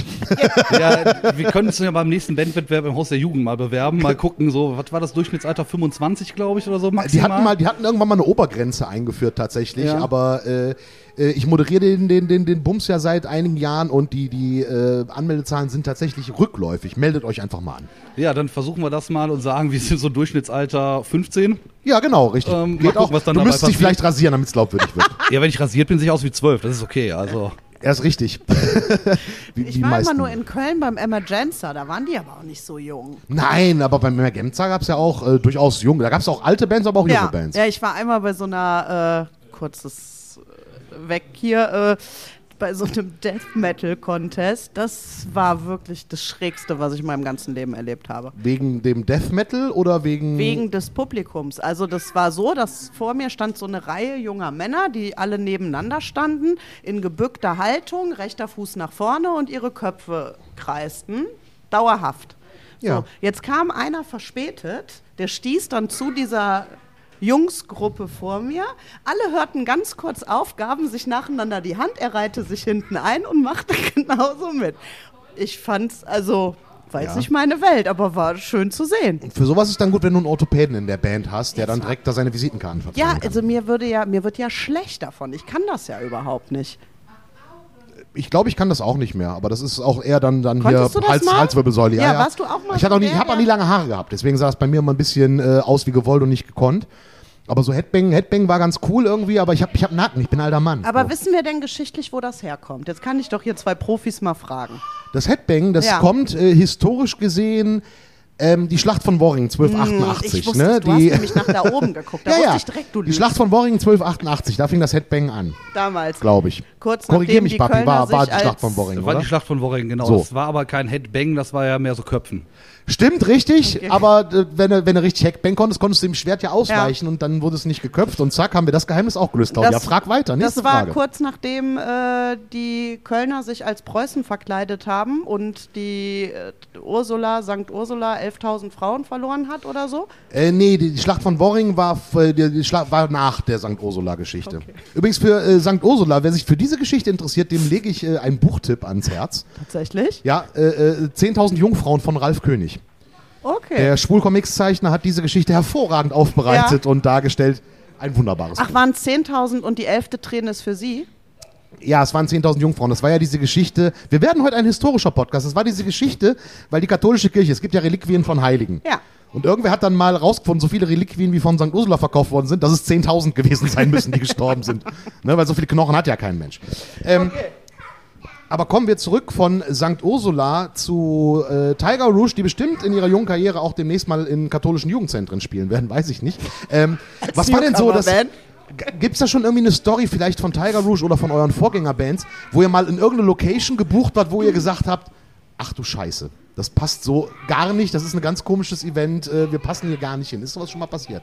Ja, wir können uns ja beim nächsten Bandwettbewerb im Haus der Jugend mal bewerben, mal gucken, so, was war das Durchschnittsalter? 25, glaube ich, oder so maximal? Die hatten irgendwann mal eine Obergrenze eingeführt tatsächlich, Ja. aber ich moderiere den Bums ja seit einigen Jahren und die Anmeldezahlen sind tatsächlich rückläufig. Meldet euch einfach mal an. Ja, dann versuchen wir das mal und sagen, wir sind so Durchschnittsalter 15. Ja, genau, richtig. Mal Geht gucken, auch. was dann Du dabei müsstest dich passiert. vielleicht rasieren, damit es glaubwürdig wird. Ja, wenn ich rasiert bin, sehe ich aus wie 12, das ist okay, also. Er ist richtig. Wie Ich die war meisten. immer nur in Köln beim Emergenza, da waren die aber auch nicht so jung. Nein, aber beim Emergenza gab es ja auch durchaus junge. Da gab es auch alte Bands, aber auch junge Bands. Ja, ich war einmal bei so einer, kurzes Weg hier, bei so einem Death Metal Contest. Das war wirklich das Schrägste, was ich in meinem ganzen Leben erlebt habe. Wegen dem Death Metal oder wegen... Wegen des Publikums. Also das war so, dass vor mir stand so eine Reihe junger Männer, die alle nebeneinander standen, in gebückter Haltung, rechter Fuß nach vorne und ihre Köpfe kreisten. Dauerhaft. Ja. So, jetzt kam einer verspätet, der stieß dann zu dieser Jungsgruppe vor mir. Alle hörten ganz kurz auf, gaben sich nacheinander die Hand, er reihte sich hinten ein und machte genauso mit. Ich fand's, also, war jetzt Ja. nicht meine Welt, aber war schön zu sehen. Für sowas ist dann gut, wenn du einen Orthopäden in der Band hast, der dann direkt da seine Visitenkarten verteilen Ja, kann. also mir wird ja schlecht davon. Ich kann das ja überhaupt nicht. Ich glaube, ich kann das auch nicht mehr, aber das ist auch eher dann hier Konntest du das mal? Halswirbelsäule. Ja, warst du auch mal Ich habe so auch nie der? lange Haare gehabt, deswegen sah es bei mir immer ein bisschen aus wie gewollt und nicht gekonnt. Aber so Headbang war ganz cool irgendwie, aber ich hab Nacken, ich bin ein alter Mann. Aber so. wissen wir denn geschichtlich, wo das herkommt? Jetzt kann ich doch hier 2 Profis mal fragen. Das Headbang, das Ja. kommt historisch gesehen die Schlacht von Worringen 1288. Ich wusste, ne? du hast nämlich nach da oben geguckt. Da wusste ich direkt, du die lügst. Schlacht von Worringen 1288, da fing das Headbang an, Damals. glaube ich. kurz Korrigier nachdem mich, die Papi, Kölner war sich die Schlacht von Das Worringen, war oder? die Schlacht von Worringen, genau. So. Das war aber kein Headbang, das war ja mehr so Köpfen. Stimmt, richtig, Okay. aber wenn du richtig Heckbang konntest, konntest du dem Schwert ja ausweichen und dann wurde es nicht geköpft und zack, haben wir das Geheimnis auch gelöst. Claudia, frag weiter, nächste Das war Frage. kurz nachdem die Kölner sich als Preußen verkleidet haben und die St. Ursula 11.000 Frauen verloren hat oder so. Nee, die Schlacht von Worringen war nach der St. Ursula-Geschichte. Okay. Übrigens für St. Ursula, wer sich für diese Geschichte interessiert, dem lege ich einen Buchtipp ans Herz. Tatsächlich? Ja, 10.000 Jungfrauen von Ralf König. Okay. Der Schwul-Comics-Zeichner hat diese Geschichte hervorragend aufbereitet und dargestellt. Ein wunderbares Ach, waren 10.000 und die 11. Träne ist für sie? Ja, es waren 10.000 Jungfrauen. Das war ja diese Geschichte. Wir werden heute ein historischer Podcast. Das war diese Geschichte, weil die katholische Kirche, es gibt ja Reliquien von Heiligen. Ja. Und irgendwer hat dann mal rausgefunden, so viele Reliquien wie von St. Ursula verkauft worden sind, dass es 10.000 gewesen sein müssen, die gestorben sind. Ne, weil so viele Knochen hat ja kein Mensch. Aber kommen wir zurück von St. Ursula zu Tiger Rouge, die bestimmt in ihrer jungen Karriere auch demnächst mal in katholischen Jugendzentren spielen werden, weiß ich nicht. Was war denn so, dass... Gibt's da schon irgendwie eine Story vielleicht von Tiger Rouge oder von euren Vorgängerbands, wo ihr mal in irgendeine Location gebucht wart, wo ihr gesagt habt, ach du Scheiße, das passt so gar nicht, das ist ein ganz komisches Event, wir passen hier gar nicht hin. Ist sowas schon mal passiert?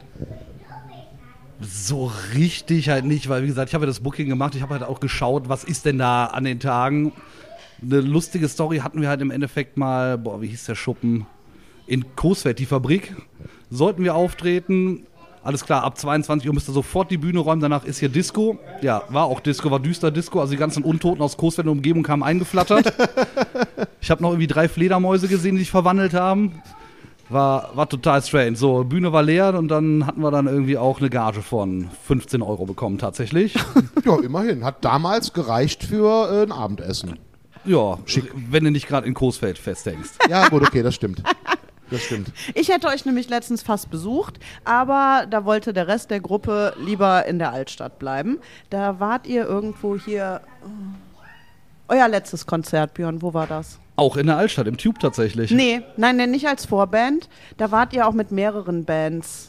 So richtig halt nicht, weil wie gesagt, ich habe ja das Booking gemacht, ich habe halt auch geschaut, was ist denn da an den Tagen. Eine lustige Story hatten wir halt im Endeffekt mal, wie hieß der Schuppen? In Coesfeld, die Fabrik, sollten wir auftreten. Alles klar, ab 22 Uhr müsst ihr sofort die Bühne räumen, danach ist hier Disco. Ja, war auch Disco, war düster Disco, also die ganzen Untoten aus Coesfeld und Umgebung kamen eingeflattert. Ich habe noch irgendwie 3 Fledermäuse gesehen, die sich verwandelt haben. War total strange. So, Bühne war leer und dann hatten wir dann irgendwie auch eine Gage von 15 € bekommen tatsächlich. Ja, immerhin. Hat damals gereicht für ein Abendessen. Ja, wenn du nicht gerade in Coesfeld festhängst. Ja, gut, okay, das stimmt. Das stimmt. Ich hätte euch nämlich letztens fast besucht, aber da wollte der Rest der Gruppe lieber in der Altstadt bleiben. Da wart ihr irgendwo hier. Euer letztes Konzert, Björn, wo war das? Auch in der Altstadt, im Tube tatsächlich. Nee, nein, nicht als Vorband. Da wart ihr auch mit mehreren Bands.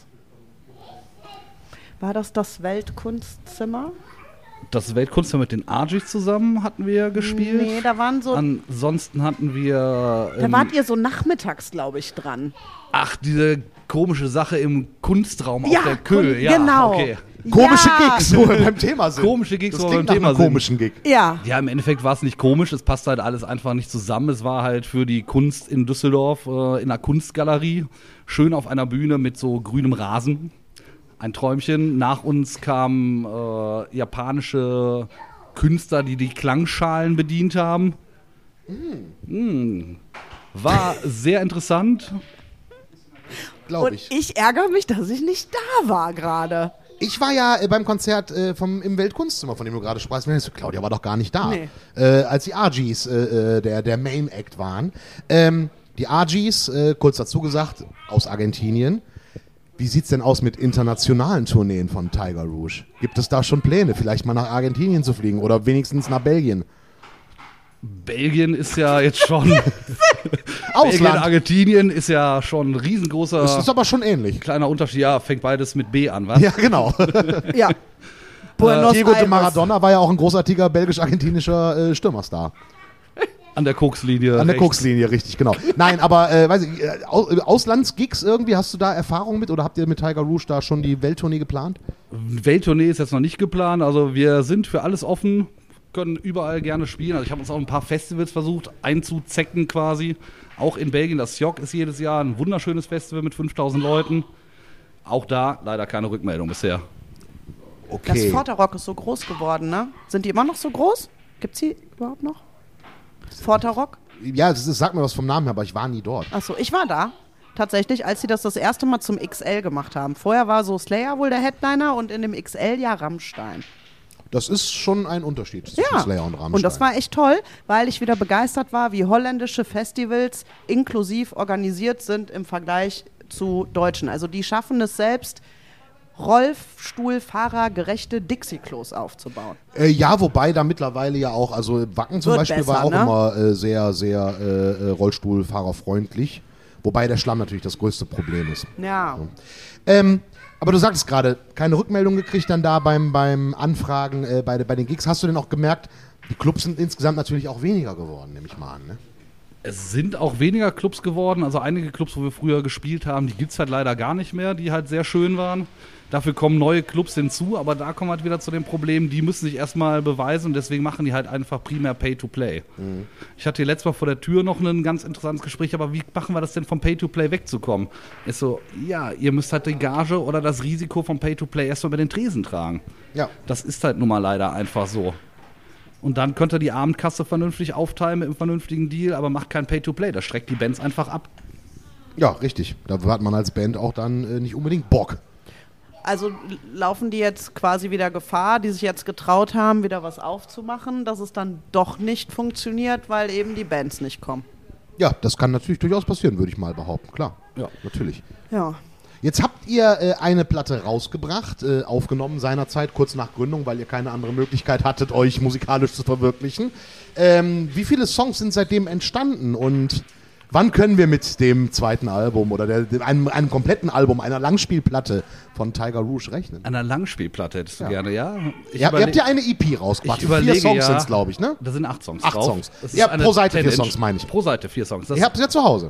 War das Weltkunstzimmer? Das Weltkunstzimmer mit den Argies zusammen hatten wir gespielt. Nee, da waren so. Ansonsten hatten wir... Da wart ihr so nachmittags, glaube ich, dran. Ach, diese komische Sache im Kunstraum Ja, auf der Köhl. Ja, genau. okay. Komische Ja. Gigs, wo wir beim Thema sind. Komische Gigs, das wo wir klingt beim nach Thema einem sind. komischen Gig. Ja. Ja, im Endeffekt war es nicht komisch, es passt halt alles einfach nicht zusammen. Es war halt für die Kunst in Düsseldorf in einer Kunstgalerie, schön auf einer Bühne mit so grünem Rasen. Ein Träumchen. Nach uns kamen japanische Künstler, die die Klangschalen bedient haben. War sehr interessant. Glaube Und ich. ich ärgere mich, dass ich nicht da war gerade. Ich war ja beim Konzert im Weltkunstzimmer, von dem du gerade sprachst. Claudia war doch gar nicht da. Nee. Als die Argies der Main Act waren. Die Argies, kurz dazu gesagt, aus Argentinien. Wie sieht's denn aus mit internationalen Tourneen von Tiger Rouge? Gibt es da schon Pläne, vielleicht mal nach Argentinien zu fliegen oder wenigstens nach Belgien? Belgien ist ja jetzt schon. Belgien, Ausland. Argentinien ist ja schon ein riesengroßer. Das ist aber schon ähnlich. Kleiner Unterschied, ja, fängt beides mit B an, was? Ja, genau. Ja. Buenos Diego de Aires. Maradona war ja auch ein großartiger belgisch-argentinischer Stürmerstar. An der Kokslinie. An der rechts. Kokslinie, richtig, genau. Nein, aber weiß ich, Auslandsgigs irgendwie, hast du da Erfahrung mit oder habt ihr mit Tiger Rouge da schon die Welttournee geplant? Welttournee ist jetzt noch nicht geplant, also wir sind für alles offen, können überall gerne spielen. Also ich habe uns auch ein paar Festivals versucht einzuzecken quasi. Auch in Belgien, das SJOC ist jedes Jahr ein wunderschönes Festival mit 5000 Leuten. Auch da leider keine Rückmeldung bisher. Das Okay. Fortarock ist so groß geworden, ne? Sind die immer noch so groß? Gibt's die überhaupt noch? Fortarock? Ja, das sagt mir was vom Namen her, aber ich war nie dort. Achso, ich war da. Tatsächlich, als sie das erste Mal zum XL gemacht haben. Vorher war so Slayer wohl der Headliner und in dem XL ja Rammstein. Das ist schon ein Unterschied zwischen Ja, Slayer und Rammstein. und das war echt toll, weil ich wieder begeistert war, wie holländische Festivals inklusiv organisiert sind im Vergleich zu deutschen. Also die schaffen es selbst, Rollstuhlfahrer-gerechte Dixie-Klos aufzubauen. Ja, wobei da mittlerweile ja auch, also Wacken zum Wird Beispiel besser, war auch ne? immer sehr, sehr rollstuhlfahrerfreundlich. Wobei der Schlamm natürlich das größte Problem ist. Ja. Aber du sagtest gerade, keine Rückmeldung gekriegt dann da beim Anfragen bei den Gigs. Hast du denn auch gemerkt, die Clubs sind insgesamt natürlich auch weniger geworden, nehme ich mal an, ne? Es sind auch weniger Clubs geworden. Also einige Clubs, wo wir früher gespielt haben, die gibt es halt leider gar nicht mehr, die halt sehr schön waren. Dafür kommen neue Clubs hinzu, aber da kommen halt wieder zu dem Problem, die müssen sich erstmal beweisen und deswegen machen die halt einfach primär Pay-to-Play. Ich hatte hier letztes Mal vor der Tür noch ein ganz interessantes Gespräch, aber wie machen wir das denn vom Pay-to-Play wegzukommen? Ist so, ja, ihr müsst halt die Gage oder das Risiko vom Pay-to-Play erstmal über den Tresen tragen. Ja. Das ist halt nun mal leider einfach so. Und dann könnt ihr die Abendkasse vernünftig aufteilen mit einem vernünftigen Deal, aber macht kein Pay-to-Play, das schreckt die Bands einfach ab. Ja, richtig. Da hat man als Band auch dann nicht unbedingt Bock. Also laufen die jetzt quasi wieder Gefahr, die sich jetzt getraut haben, wieder was aufzumachen, dass es dann doch nicht funktioniert, weil eben die Bands nicht kommen. Ja, das kann natürlich durchaus passieren, würde ich mal behaupten. Klar, ja, natürlich. Ja. Jetzt habt ihr eine Platte rausgebracht, aufgenommen seinerzeit, kurz nach Gründung, weil ihr keine andere Möglichkeit hattet, euch musikalisch zu verwirklichen. Wie viele Songs sind seitdem entstanden und wann können wir mit dem zweiten Album oder einem kompletten Album, einer Langspielplatte von Tiger Rouge rechnen? An einer Langspielplatte hättest du gerne, ja? Ihr habt ja eine EP rausgebracht. Ich überlege, 4 Songs sind es, glaube ich, ne? Da sind 8 Songs 8 drauf. Songs. Das ist Ja, eine pro Seite 4 10-Inch. Songs, meine ich. Pro Seite 4 Songs. Das Ihr habt sie ja zu Hause.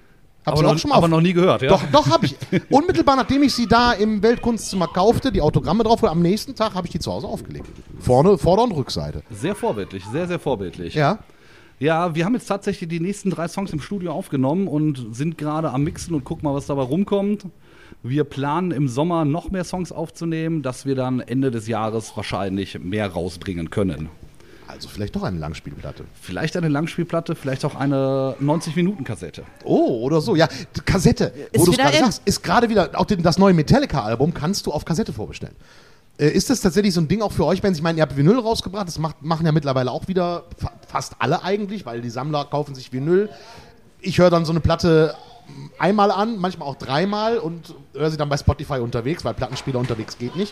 aber noch nie gehört, ja? Doch, habe ich. Unmittelbar nachdem ich sie da im Weltkunstzimmer kaufte, die Autogramme drauf, am nächsten Tag habe ich die zu Hause aufgelegt. Vorder- und Rückseite. Sehr vorbildlich, sehr, sehr vorbildlich. Ja. Ja, wir haben jetzt tatsächlich die nächsten 3 Songs im Studio aufgenommen und sind gerade am Mixen und gucken mal, was dabei rumkommt. Wir planen im Sommer noch mehr Songs aufzunehmen, dass wir dann Ende des Jahres wahrscheinlich mehr rausbringen können. Also vielleicht doch eine Langspielplatte. Vielleicht eine Langspielplatte, vielleicht auch eine 90-Minuten-Kassette. Oh, oder so. Ja, die Kassette, wo Ist du es wieder gerade in. sagst, ist gerade wieder, auch das neue Metallica-Album kannst du auf Kassette vorbestellen. Ist das tatsächlich so ein Ding auch für euch, wenn ich meine, ihr habt Vinyl rausgebracht, das machen ja mittlerweile auch wieder fast alle eigentlich, weil die Sammler kaufen sich Vinyl. Ich höre dann so eine Platte einmal an, manchmal auch 3-mal und höre sie dann bei Spotify unterwegs, weil Plattenspieler unterwegs geht nicht.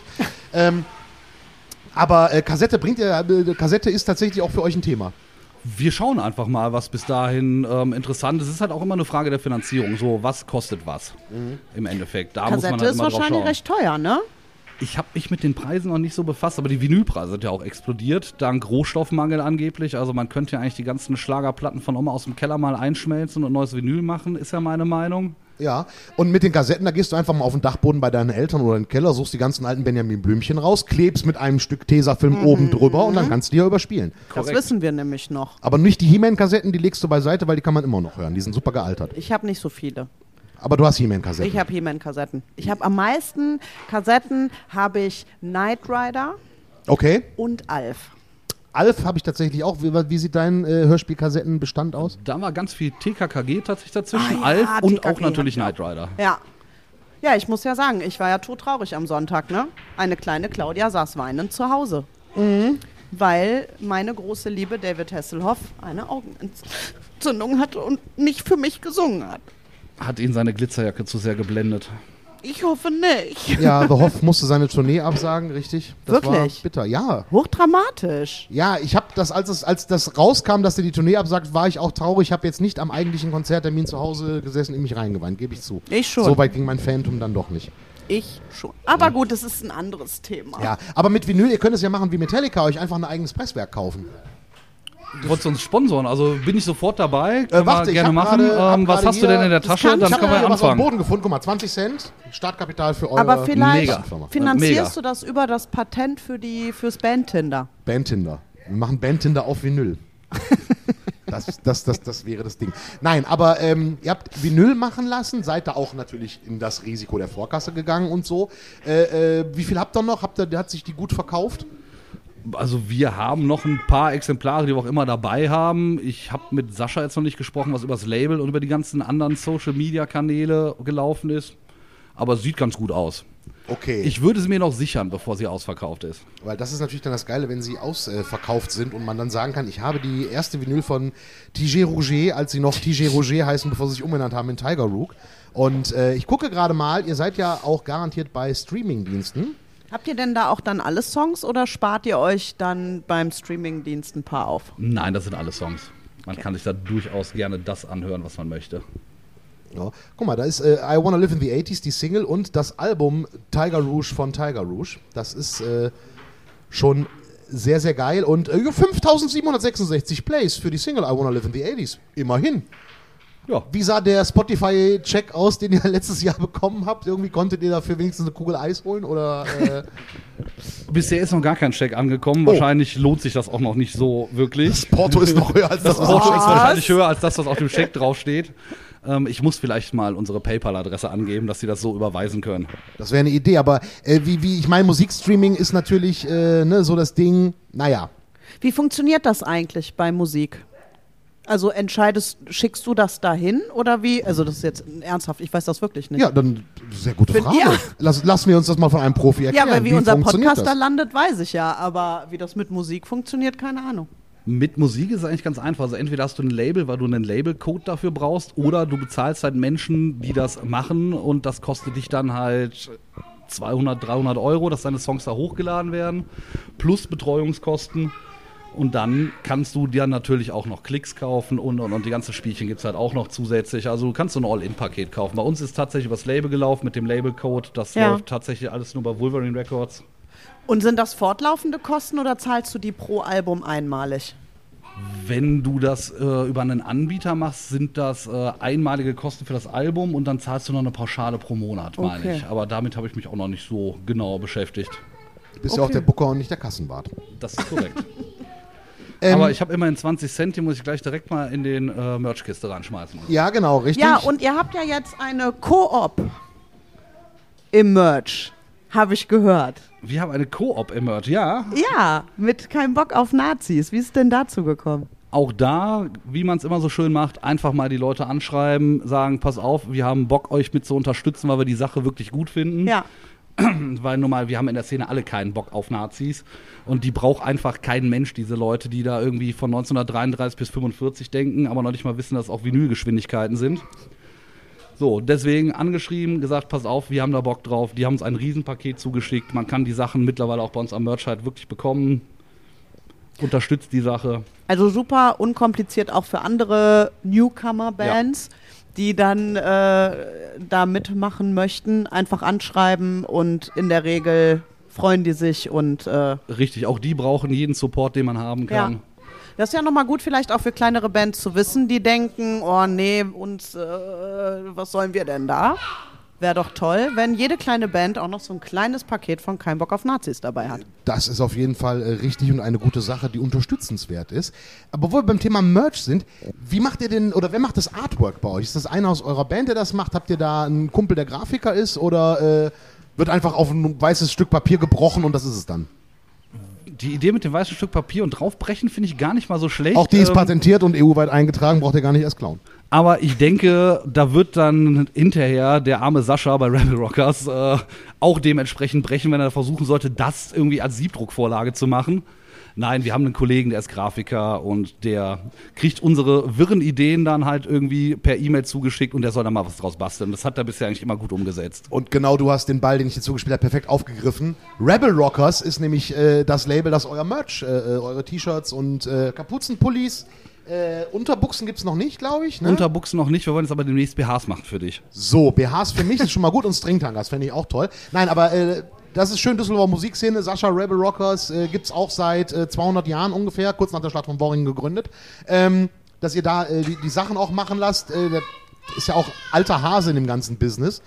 Aber Kassette ist tatsächlich auch für euch ein Thema. Wir schauen einfach mal, was bis dahin interessant ist. Es ist halt auch immer eine Frage der Finanzierung. So, was kostet was im Endeffekt? Da muss man Kassette halt ist immer drauf wahrscheinlich schauen. recht teuer, ne? Ich habe mich mit den Preisen noch nicht so befasst, aber die Vinylpreise sind ja auch explodiert, dank Rohstoffmangel angeblich. Also man könnte ja eigentlich die ganzen Schlagerplatten von Oma aus dem Keller mal einschmelzen und neues Vinyl machen, ist ja meine Meinung. Ja, und mit den Kassetten, da gehst du einfach mal auf den Dachboden bei deinen Eltern oder in den Keller, suchst die ganzen alten Benjamin Blümchen raus, klebst mit einem Stück Tesafilm oben drüber und dann kannst du die ja überspielen. Das wissen wir nämlich noch. Aber nicht die He-Man-Kassetten, die legst du beiseite, weil die kann man immer noch hören. Die sind super gealtert. Ich habe nicht so viele. Aber du hast He-Man-Kassetten. Ich habe He-Man-Kassetten. Ich habe am meisten Kassetten, habe ich Knight Rider Okay. und Alf. Alf habe ich tatsächlich auch. Wie sieht dein Hörspielkassettenbestand aus? Da war ganz viel TKKG tatsächlich dazwischen, Ah ja, Alf und TKKG auch natürlich hab ich Knight Rider. Ja. Ja, ich muss ja sagen, ich war ja todtraurig am Sonntag, ne? Eine kleine Claudia saß weinend zu Hause. Weil meine große Liebe David Hasselhoff eine Augenentzündung hatte und nicht für mich gesungen hat. Hat ihn seine Glitzerjacke zu sehr geblendet. Ich hoffe nicht. Ja, The Hoff musste seine Tournee absagen, richtig? Das Wirklich? war bitter, ja. Hochdramatisch. Ja, ich habe das, als das rauskam, dass er die Tournee absagt, war ich auch traurig. Ich habe jetzt nicht am eigentlichen Konzerttermin zu Hause gesessen und in mich reingeweint, gebe ich zu. Ich schon. So weit ging mein Phantom dann doch nicht. Ich schon. Aber gut, das ist ein anderes Thema. Ja, aber mit Vinyl, ihr könnt es ja machen wie Metallica, euch einfach ein eigenes Presswerk kaufen. Du wolltest uns sponsoren, also bin ich sofort dabei. Können wir Warte, ich gerne hab machen. hab Was gerade hast du denn in der das Tasche? kann Dann ich können wir aber was auf dem anfangen. Boden gefunden. Guck mal, 20 Cent, Startkapital für eure Aber vielleicht Mega. finanzierst Mega. du das über das Patent fürs Bandtinder. Bandtinder. Wir machen Bandtinder auf Vinyl. Das wäre das Ding. Nein, aber ihr habt Vinyl machen lassen, seid da auch natürlich in das Risiko der Vorkasse gegangen und so. Wie viel habt ihr noch? Hat sich die gut verkauft? Also wir haben noch ein paar Exemplare, die wir auch immer dabei haben. Ich habe mit Sascha jetzt noch nicht gesprochen, was über das Label und über die ganzen anderen Social-Media-Kanäle gelaufen ist. Aber es sieht ganz gut aus. Okay. Ich würde sie mir noch sichern, bevor sie ausverkauft ist. Weil das ist natürlich dann das Geile, wenn sie ausverkauft sind und man dann sagen kann, ich habe die erste Vinyl von TG Rouget, als sie noch TG Rouget heißen, bevor sie sich umbenannt haben in Tiger Rook. Und ich gucke gerade mal, ihr seid ja auch garantiert bei Streamingdiensten. Habt ihr denn da auch dann alle Songs oder spart ihr euch dann beim Streamingdienst ein paar auf? Nein, das sind alle Songs. Man kann sich da durchaus gerne das anhören, was man möchte. Ja. Guck mal, da ist I Wanna Live in the 80s, die Single und das Album Tiger Rouge von Tiger Rouge. Das ist schon sehr, sehr geil. Und 5.766 Plays für die Single I Wanna Live in the 80s. Immerhin. Ja. Wie sah der Spotify-Check aus, den ihr letztes Jahr bekommen habt? Irgendwie konntet ihr dafür wenigstens eine Kugel Eis holen? Oder, Bisher ist noch gar kein Check angekommen. Wahrscheinlich lohnt sich das auch noch nicht so wirklich. Das Porto ist noch höher als das, Das Porto ist wahrscheinlich höher als das, was auf dem Check draufsteht. Ich muss vielleicht mal unsere PayPal-Adresse angeben, dass sie das so überweisen können. Das wäre eine Idee, aber ich meine, Musikstreaming ist natürlich so das Ding, naja. Wie funktioniert das eigentlich bei Musik? Also schickst du das dahin oder wie? Also das ist jetzt ernsthaft, ich weiß das wirklich nicht. Ja, dann sehr gute Frage. Ja. Lassen wir uns das mal von einem Profi Ja, erklären. weil wie unser funktioniert Podcast da das? landet, weiß ich ja. Aber wie das mit Musik funktioniert, keine Ahnung. Mit Musik ist es eigentlich ganz einfach. Also entweder hast du ein Label, weil du einen Labelcode dafür brauchst, oder du bezahlst halt Menschen, die das machen, und das kostet dich dann halt 200, 300 Euro, dass deine Songs da hochgeladen werden, plus Betreuungskosten. Und dann kannst du dir natürlich auch noch Klicks kaufen und die ganzen Spielchen gibt es halt auch noch zusätzlich. Also du kannst so ein All-In-Paket kaufen. Bei uns ist tatsächlich übers Label gelaufen mit dem Labelcode. Das läuft tatsächlich alles nur bei Wolverine Records. Und sind das fortlaufende Kosten oder zahlst du die pro Album einmalig? Wenn du das über einen Anbieter machst, sind das einmalige Kosten für das Album und dann zahlst du noch eine Pauschale pro Monat, meine Okay. ich. Aber damit habe ich mich auch noch nicht so genau beschäftigt. Du bist ja auch der Booker und nicht der Kassenwart. Das ist korrekt. Aber ich habe immerhin 20 Cent, die muss ich gleich direkt mal in den Merchkiste reinschmeißen. Ja, genau, richtig. Ja, und ihr habt ja jetzt eine Koop im Merch, habe ich gehört. Wir haben eine Koop im Merch, ja. Ja, mit keinem Bock auf Nazis. Wie ist es denn dazu gekommen? Auch da, wie man es immer so schön macht, einfach mal die Leute anschreiben, sagen, pass auf, wir haben Bock, euch mit zu unterstützen, weil wir die Sache wirklich gut finden. Ja. Weil nun mal, wir haben in der Szene alle keinen Bock auf Nazis und die braucht einfach kein Mensch, diese Leute, die da irgendwie von 1933 bis 45 denken, aber noch nicht mal wissen, dass es auch Vinylgeschwindigkeiten sind. So, deswegen angeschrieben, gesagt, pass auf, wir haben da Bock drauf. Die haben uns ein Riesenpaket zugeschickt. Man kann die Sachen mittlerweile auch bei uns am Merch halt wirklich bekommen. Unterstützt die Sache. Also super unkompliziert auch für andere Newcomer-Bands, die dann da mitmachen möchten. Einfach anschreiben und in der Regel freuen die sich und Richtig, auch die brauchen jeden Support, den man haben kann. ja. Das ist ja nochmal gut vielleicht auch für kleinere Bands zu wissen, die denken, oh nee, was sollen wir denn da? Wäre doch toll, wenn jede kleine Band auch noch so ein kleines Paket von Kein Bock auf Nazis dabei hat. Das ist auf jeden Fall richtig und eine gute Sache, die unterstützenswert ist. Aber wo wir beim Thema Merch sind, wie macht ihr denn, oder wer macht das Artwork bei euch? Ist das einer aus eurer Band, der das macht? Habt ihr da einen Kumpel, der Grafiker ist? Oder wird einfach auf ein weißes Stück Papier gebrochen und das ist es dann? Die Idee mit dem weißen Stück Papier und draufbrechen finde ich gar nicht mal so schlecht. Auch die ist patentiert und EU-weit eingetragen, braucht ihr gar nicht erst klauen. Aber ich denke, da wird dann hinterher der arme Sascha bei Rebel Rockers auch dementsprechend brechen, wenn er versuchen sollte, das irgendwie als Siebdruckvorlage zu machen. Nein, wir haben einen Kollegen, der ist Grafiker und der kriegt unsere wirren Ideen dann halt irgendwie per E-Mail zugeschickt und der soll dann mal was draus basteln. Das hat er bisher eigentlich immer gut umgesetzt. Und genau, du hast den Ball, den ich dir zugespielt habe, perfekt aufgegriffen. Rebel Rockers ist nämlich das Label, das euer Merch, eure T-Shirts und Kapuzenpullis, Unterbuchsen gibt es noch nicht, glaube ich. Ne? Unterbuchsen noch nicht, wir wollen jetzt aber demnächst BHs machen für dich. So, BHs für mich ist schon mal gut und Stringtangas fände ich auch toll. Nein, aber das ist schön, Düsseldorfer Musikszene. Sascha Rebel Rockers gibt es auch seit 200 Jahren ungefähr, kurz nach der Schlacht von Worringen gegründet. Dass ihr da die Sachen auch machen lasst, ist ja auch alter Hase in dem ganzen Business.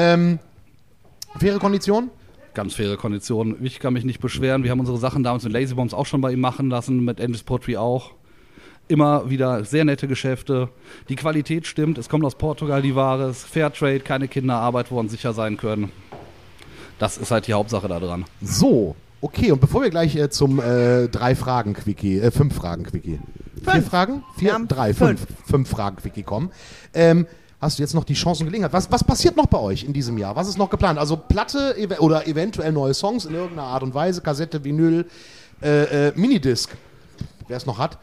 Faire Konditionen? Ganz faire Konditionen. Ich kann mich nicht beschweren. Wir haben unsere Sachen damals mit Lazy Bombs auch schon bei ihm machen lassen, mit Endless Poetry auch. Immer wieder sehr nette Geschäfte. Die Qualität stimmt. Es kommt aus Portugal die Ware. Es ist Fairtrade, keine Kinderarbeit, wo wir uns sicher sein können. Das ist halt die Hauptsache da dran. So, okay. Und bevor wir gleich zum 5-Fragen-Quickie 4 Fragen? 4? 3, 5 Fragen-Quickie kommen. Hast du jetzt noch die Chance und Gelegenheit? Was passiert noch bei euch in diesem Jahr? Was ist noch geplant? Also Platte oder eventuell neue Songs in irgendeiner Art und Weise, Kassette, Vinyl, Minidisc, wer es noch hat.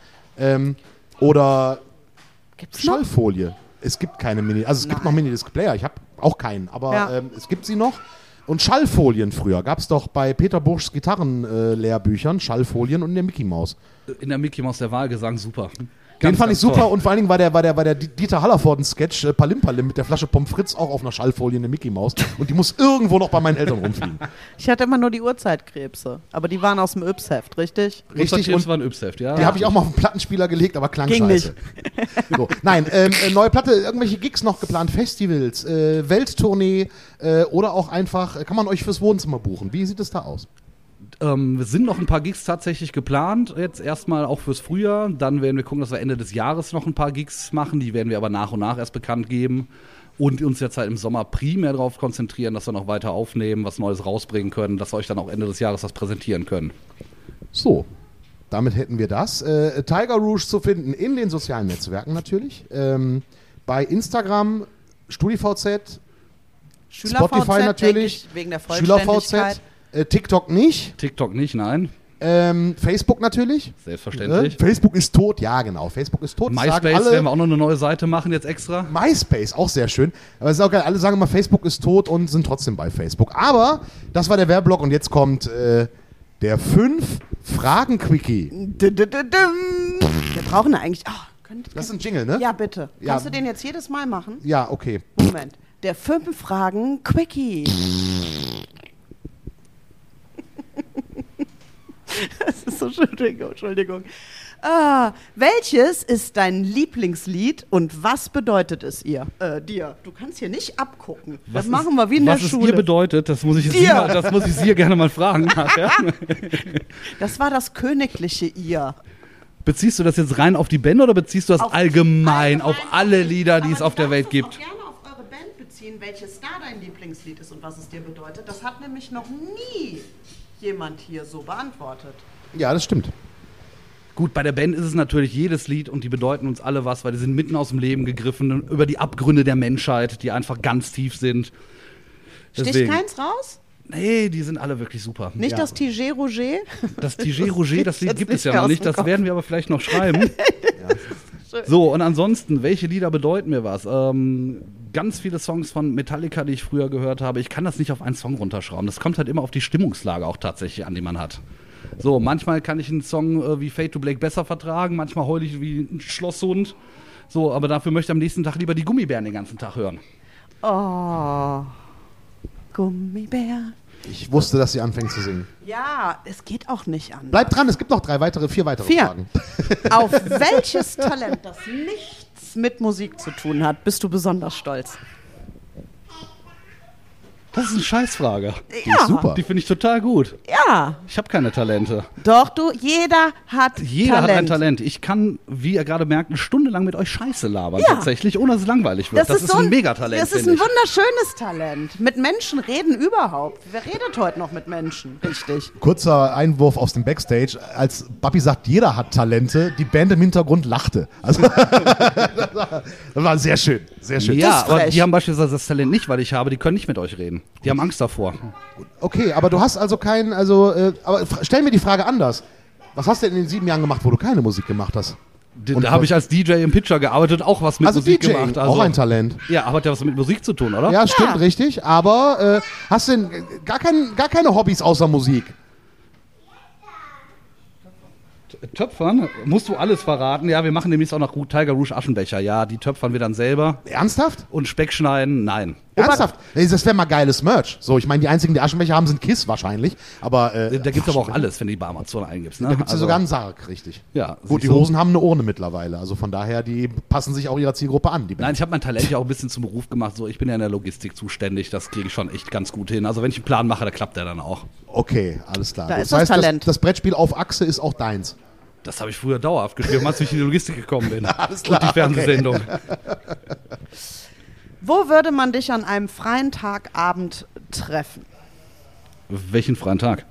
Oder Gibt's noch? Schallfolie. Es gibt keine es gibt noch Minidisc-Player. Ich habe auch keinen, aber es gibt sie noch. Und Schallfolien früher gab es doch bei Peter Burschs Gitarrenlehrbüchern Schallfolien und in der Mickey Maus. In der Mickey Maus der Wahlgesang super. Den fand ich ganz super toll. und vor allen Dingen war der Dieter Hallervorden-Sketch Palim Palim mit der Flasche Pommes frites auch auf einer Schallfolie eine Mickey Maus und die muss irgendwo noch bei meinen Eltern rumfliegen. Ich hatte immer nur die Uhrzeitkrebse, aber die waren aus dem Yps-Heft, richtig? Richtig, Und und war ein Yps-Heft, ja. die habe ich auch mal auf den Plattenspieler gelegt, aber klang Ging scheiße. So. Nein, neue Platte, irgendwelche Gigs noch geplant, Festivals, Welttournee oder auch einfach, kann man euch fürs Wohnzimmer buchen? Wie sieht es da aus? Es sind noch ein paar Gigs tatsächlich geplant, jetzt erstmal auch fürs Frühjahr. Dann werden wir gucken, dass wir Ende des Jahres noch ein paar Gigs machen. Die werden wir aber nach und nach erst bekannt geben. Und uns jetzt halt im Sommer primär darauf konzentrieren, dass wir noch weiter aufnehmen, was Neues rausbringen können, dass wir euch dann auch Ende des Jahres was präsentieren können. So, damit hätten wir das. Tiger Rouge zu finden in den sozialen Netzwerken natürlich. Bei Instagram, StudiVZ, Spotify denke natürlich, ich, wegen der Vollständigkeit. SchülerVZ, TikTok nicht, TikTok nicht, nein. Facebook natürlich. Selbstverständlich. Facebook ist tot, ja genau, Facebook ist tot. Das sagen MySpace alle. werden wir auch noch eine neue Seite machen, jetzt extra. MySpace, auch sehr schön. Aber es ist auch geil, alle sagen immer, Facebook ist tot und sind trotzdem bei Facebook. Aber das war der Werbeblock und jetzt kommt der 5-Fragen-Quickie. Wir brauchen eigentlich. Das ist ein Jingle, ne? Ja, bitte. Ja. Kannst du den jetzt jedes Mal machen? Ja, okay. Moment. Der 5-Fragen-Quickie. Das ist so schön. Entschuldigung. Welches ist dein Lieblingslied und was bedeutet es dir? Du kannst hier nicht abgucken. Das machen wir wie in der Was es Schule. ihr bedeutet, das muss ich Sie gerne mal fragen nachher. Das war das königliche Ihr. Beziehst du das jetzt rein auf die Band oder beziehst du das allgemein auf alle die- Lieder, die aber es auf du der Welt darfst gibt? auch gerne auf eure Band beziehen, welches da dein Lieblingslied ist und was es dir bedeutet. Das hat nämlich noch nie jemand hier so beantwortet. Ja, das stimmt. Gut, bei der Band ist es natürlich jedes Lied und die bedeuten uns alle was, weil die sind mitten aus dem Leben gegriffen, über die Abgründe der Menschheit, die einfach ganz tief sind. Sticht keins raus? Nee, die sind alle wirklich super. Nicht Ja. das Tigé Rouget? Das Tigé Rouget, das Lied Jetzt gibt es nicht ja mehr noch aus nicht, dem das Kopf. werden wir aber vielleicht noch schreiben. So, und ansonsten, welche Lieder bedeuten mir was? Ganz viele Songs von Metallica, die ich früher gehört habe. Ich kann das nicht auf einen Song runterschrauben. Das kommt halt immer auf die Stimmungslage auch tatsächlich an, die man hat. So, manchmal kann ich einen Song wie Fade to Black besser vertragen, manchmal heule ich wie ein Schlosshund. So, aber dafür möchte ich am nächsten Tag lieber die Gummibären den ganzen Tag hören. Oh, Gummibär. Ich wusste, dass sie anfängt zu singen. Ja, es geht auch nicht an. Bleibt dran, es gibt noch 4 weitere 4. Fragen. Auf welches Talent, das nichts mit Musik zu tun hat, bist du besonders stolz? Das ist eine Scheißfrage. Ja, Super. Die finde ich total gut. ja. Ich habe keine Talente. Doch, jeder hat Jeder Talent. hat ein Talent. Ich kann, wie ihr gerade merkt, eine Stunde lang mit euch Scheiße labern, Ja. tatsächlich, ohne dass es langweilig wird. Das ist so ein Megatalent, Das ist finde ein ich. wunderschönes Talent. Mit Menschen reden überhaupt. Wer redet heute noch mit Menschen? Richtig. Kurzer Einwurf aus dem Backstage. Als Babi sagt, jeder hat Talente, die Band im Hintergrund lachte. Also, das war sehr schön. Sehr schön. Ja, Das ist aber frech. die haben beispielsweise das Talent nicht, weil ich habe, die können nicht mit euch reden. Die haben Angst davor. Okay, aber du hast also keinen, aber stell mir die Frage anders. Was hast du denn in den 7 Jahren gemacht, wo du keine Musik gemacht hast? Und Da habe ich als DJ im Pitcher gearbeitet, auch was mit Also Musik DJ, gemacht. auch ein Talent. Ja, aber hat ja was mit Musik zu tun, oder? Ja, stimmt, richtig. Aber hast du denn gar keine Hobbys außer Musik? Töpfern? Musst du alles verraten? Ja, wir machen demnächst auch noch Tiger Rouge Aschenbecher. Ja, die töpfern wir dann selber. Ernsthaft? Und Speck schneiden? Nein. Ernsthaft? Nee, das wäre mal geiles Merch. So, ich meine, die einzigen, die Aschenbecher haben, sind Kiss wahrscheinlich. Aber Da gibt es aber auch alles, wenn du die bei Amazon eingibst. Ne? da gibt es ja Also, sogar einen Sarg, richtig. Ja, Gut, die siehst du? Hosen haben eine Urne mittlerweile. Also von daher, die passen sich auch ihrer Zielgruppe an. Die Bands. Nein, ich habe mein Talent ja auch ein bisschen zum Beruf gemacht. So, ich bin ja in der Logistik zuständig. Das kriege ich schon echt ganz gut hin. Also wenn ich einen Plan mache, da klappt der dann auch. Okay, alles klar. Da Gut, ist das Talent. Das Brettspiel auf Achse ist auch deins. Das habe ich früher dauerhaft gespielt, als ich in die Logistik gekommen bin. Alles klar, Und die Fernsehsendung. Wo würde man dich an einem freien Tagabend treffen? Welchen freien Tag?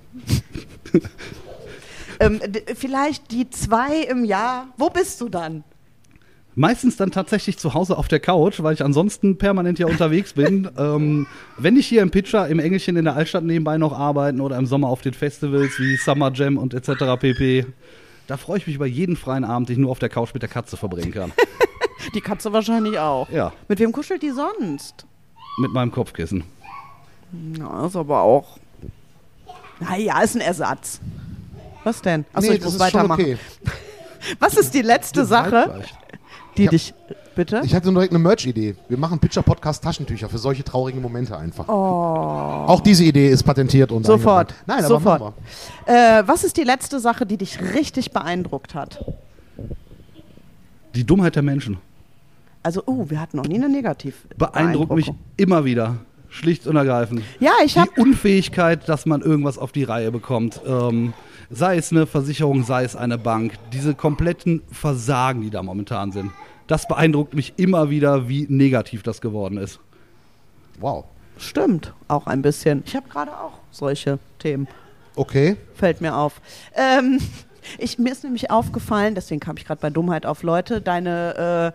Vielleicht die 2 im Jahr. Wo bist du dann? Meistens dann tatsächlich zu Hause auf der Couch, weil ich ansonsten permanent ja unterwegs bin. Wenn ich hier im Pitcher, im Engelchen in der Altstadt nebenbei noch arbeiten oder im Sommer auf den Festivals wie Summer Jam und etc. pp. Da freue ich mich über jeden freien Abend, den ich nur auf der Couch mit der Katze verbringen kann. Die Katze wahrscheinlich auch. Ja, Mit wem kuschelt die sonst? mit meinem Kopfkissen. Na, ist aber auch. Naja, ist ein Ersatz. Was denn? Achso, ich das muss ist schon weitermachen. okay. Was ist die letzte Sache, Vielleicht. die dich... Bitte? Ich hatte nur direkt eine Merch-Idee. Wir machen Pitcher-Podcast Taschentücher für solche traurigen Momente einfach. Auch diese Idee ist patentiert und Sofort. eingebracht. Nein, aber Sofort. machen wir. Was ist die letzte Sache, die dich richtig beeindruckt hat? Die Dummheit der Menschen Also, wir hatten noch nie eine beeindruckt mich Beeindruckung. immer wieder. Schlicht und ergreifend. Ja, ich habe... Die Unfähigkeit, dass man irgendwas auf die Reihe bekommt. Sei es eine Versicherung, sei es eine Bank. Diese kompletten Versagen, die da momentan sind. Das beeindruckt mich immer wieder, wie negativ das geworden ist. Wow. Stimmt, auch ein bisschen. Ich habe gerade auch solche Themen. Okay. Fällt mir auf. Mir ist nämlich aufgefallen, deswegen kam ich gerade bei Dummheit auf Leute, deine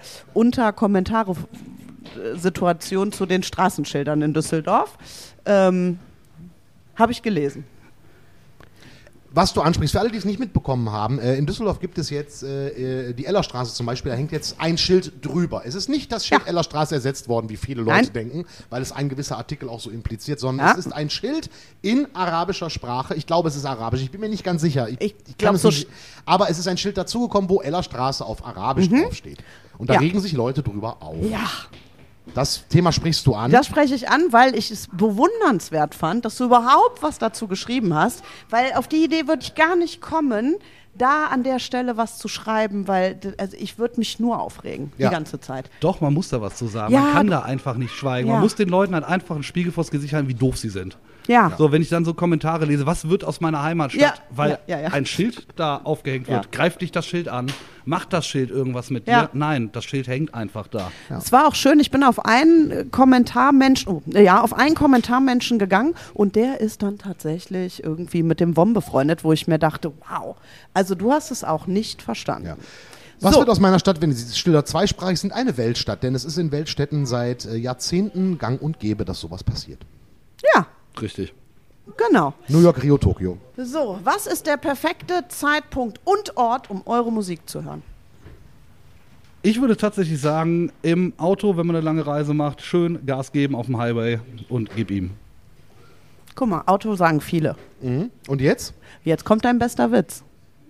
Unter-Kommentare-Situation zu den Straßenschildern in Düsseldorf. Habe ich gelesen. Was du ansprichst, für alle, die es nicht mitbekommen haben, in Düsseldorf gibt es jetzt die Ellerstraße zum Beispiel, da hängt jetzt ein Schild drüber. Es ist nicht das Schild Ellerstraße ersetzt worden, wie viele Leute denken, weil es ein gewisser Artikel auch so impliziert, sondern es ist ein Schild in arabischer Sprache. Ich glaube, es ist arabisch, ich bin mir nicht ganz sicher. Ich glaub, es nicht, aber es ist ein Schild dazugekommen, wo Ellerstraße auf Arabisch draufsteht. Und da regen sich Leute drüber auf. Ja. Das Thema sprichst du an. Das spreche ich an, weil ich es bewundernswert fand, dass du überhaupt was dazu geschrieben hast, weil auf die Idee würde ich gar nicht kommen, da an der Stelle was zu schreiben, weil ich würde mich nur aufregen, die ganze Zeit. Doch, man muss da was zu sagen. Ja, Man kann da einfach nicht schweigen. Ja. Man muss den Leuten halt einfach einen Spiegel vors Gesicht halten, wie doof sie sind. Ja. So, wenn ich dann so Kommentare lese, was wird aus meiner Heimatstadt, Ja, weil ja. ein Schild da aufgehängt wird, Ja. greift dich das Schild an, macht das Schild irgendwas mit Ja. dir? Nein, das Schild hängt einfach da. Es war auch schön, ich bin auf einen Kommentarmenschen gegangen und der ist dann tatsächlich irgendwie mit dem WOM befreundet, wo ich mir dachte, wow, also du hast es auch nicht verstanden. Ja. Was So. wird aus meiner Stadt, wenn sie Schilder zweisprachig sind? Eine Weltstadt, denn es ist in Weltstädten seit Jahrzehnten gang und gäbe, dass sowas passiert. Ja, Richtig. genau. New York, Rio, Tokio. So, was ist der perfekte Zeitpunkt und Ort, um eure Musik zu hören? Ich würde tatsächlich sagen, im Auto, wenn man eine lange Reise macht, schön Gas geben auf dem Highway und gib ihm. Guck mal, Auto sagen viele. Und jetzt? Jetzt kommt dein bester Witz.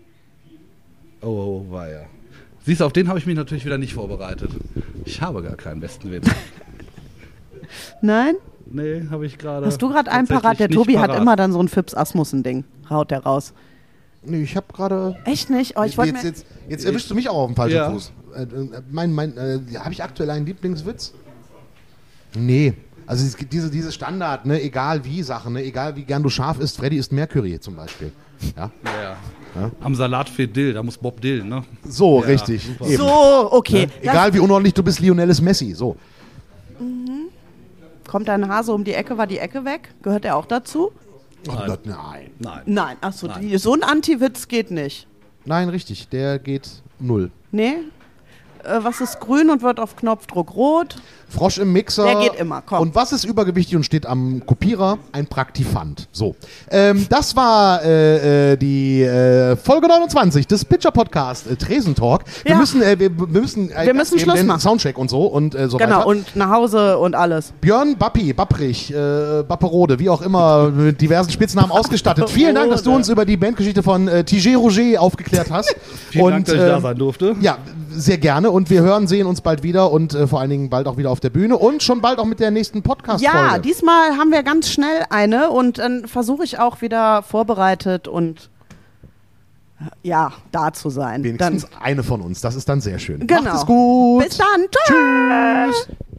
Oh, weia. Siehst du, auf den habe ich mich natürlich wieder nicht vorbereitet. Ich habe gar keinen besten Witz. Nein? Nee, habe ich gerade. Hast du gerade einen tatsächlich parat? Der nicht Tobi hat parat. immer dann so ein Fips Asmussen-Ding. Haut der raus. Nee, ich habe gerade... Echt nicht? Oh, ich wollte mir... Jetzt erwischst du mich auch auf dem falschen Ja. Fuß. Habe ich aktuell einen Lieblingswitz? Nee. Also es gibt diese Standard, ne, egal wie Sachen, ne, egal wie gern du scharf isst, Freddy isst Mercury zum Beispiel. Ja? Ja. Am Salat fehlt Dill, da muss Bob Dill, ne? So, Ja, richtig. super. Eben. So, okay. Ne? Egal wie unordentlich du bist, Lionel ist Messi. So. Kommt dein Hase um die Ecke, war die Ecke weg? Gehört er auch dazu? Nein. Nein. Nein. Achso, Nein. so ein Anti-Witz geht nicht. Nein, richtig. Der geht 0. Nee? Was ist grün und wird auf Knopfdruck rot? Frosch im Mixer. Der geht immer, komm. Und was ist übergewichtig und steht am Kopierer? Ein Praktifant. So. Das war die Folge 29 des Pitcher Podcast Tresentalk. Wir Ja. müssen, wir müssen Schluss denn machen. Soundcheck und so und so Genau, weiter. und nach Hause und alles. Björn Bappi, Bapprich, Bapperode, wie auch immer, mit diversen Spitznamen ausgestattet. Vielen Dank, dass du uns über die Bandgeschichte von TG Roger aufgeklärt hast. Vielen Dank, dass ich da sein durfte. Ja, sehr gerne. Und wir sehen uns bald wieder und vor allen Dingen bald auch wieder auf der Bühne und schon bald auch mit der nächsten Podcast-Folge. Ja, diesmal haben wir ganz schnell eine und dann versuche ich auch wieder vorbereitet und ja, da zu sein. Wenigstens eine von uns. Das ist dann sehr schön. Genau. Macht es gut. Bis dann. Tschüss.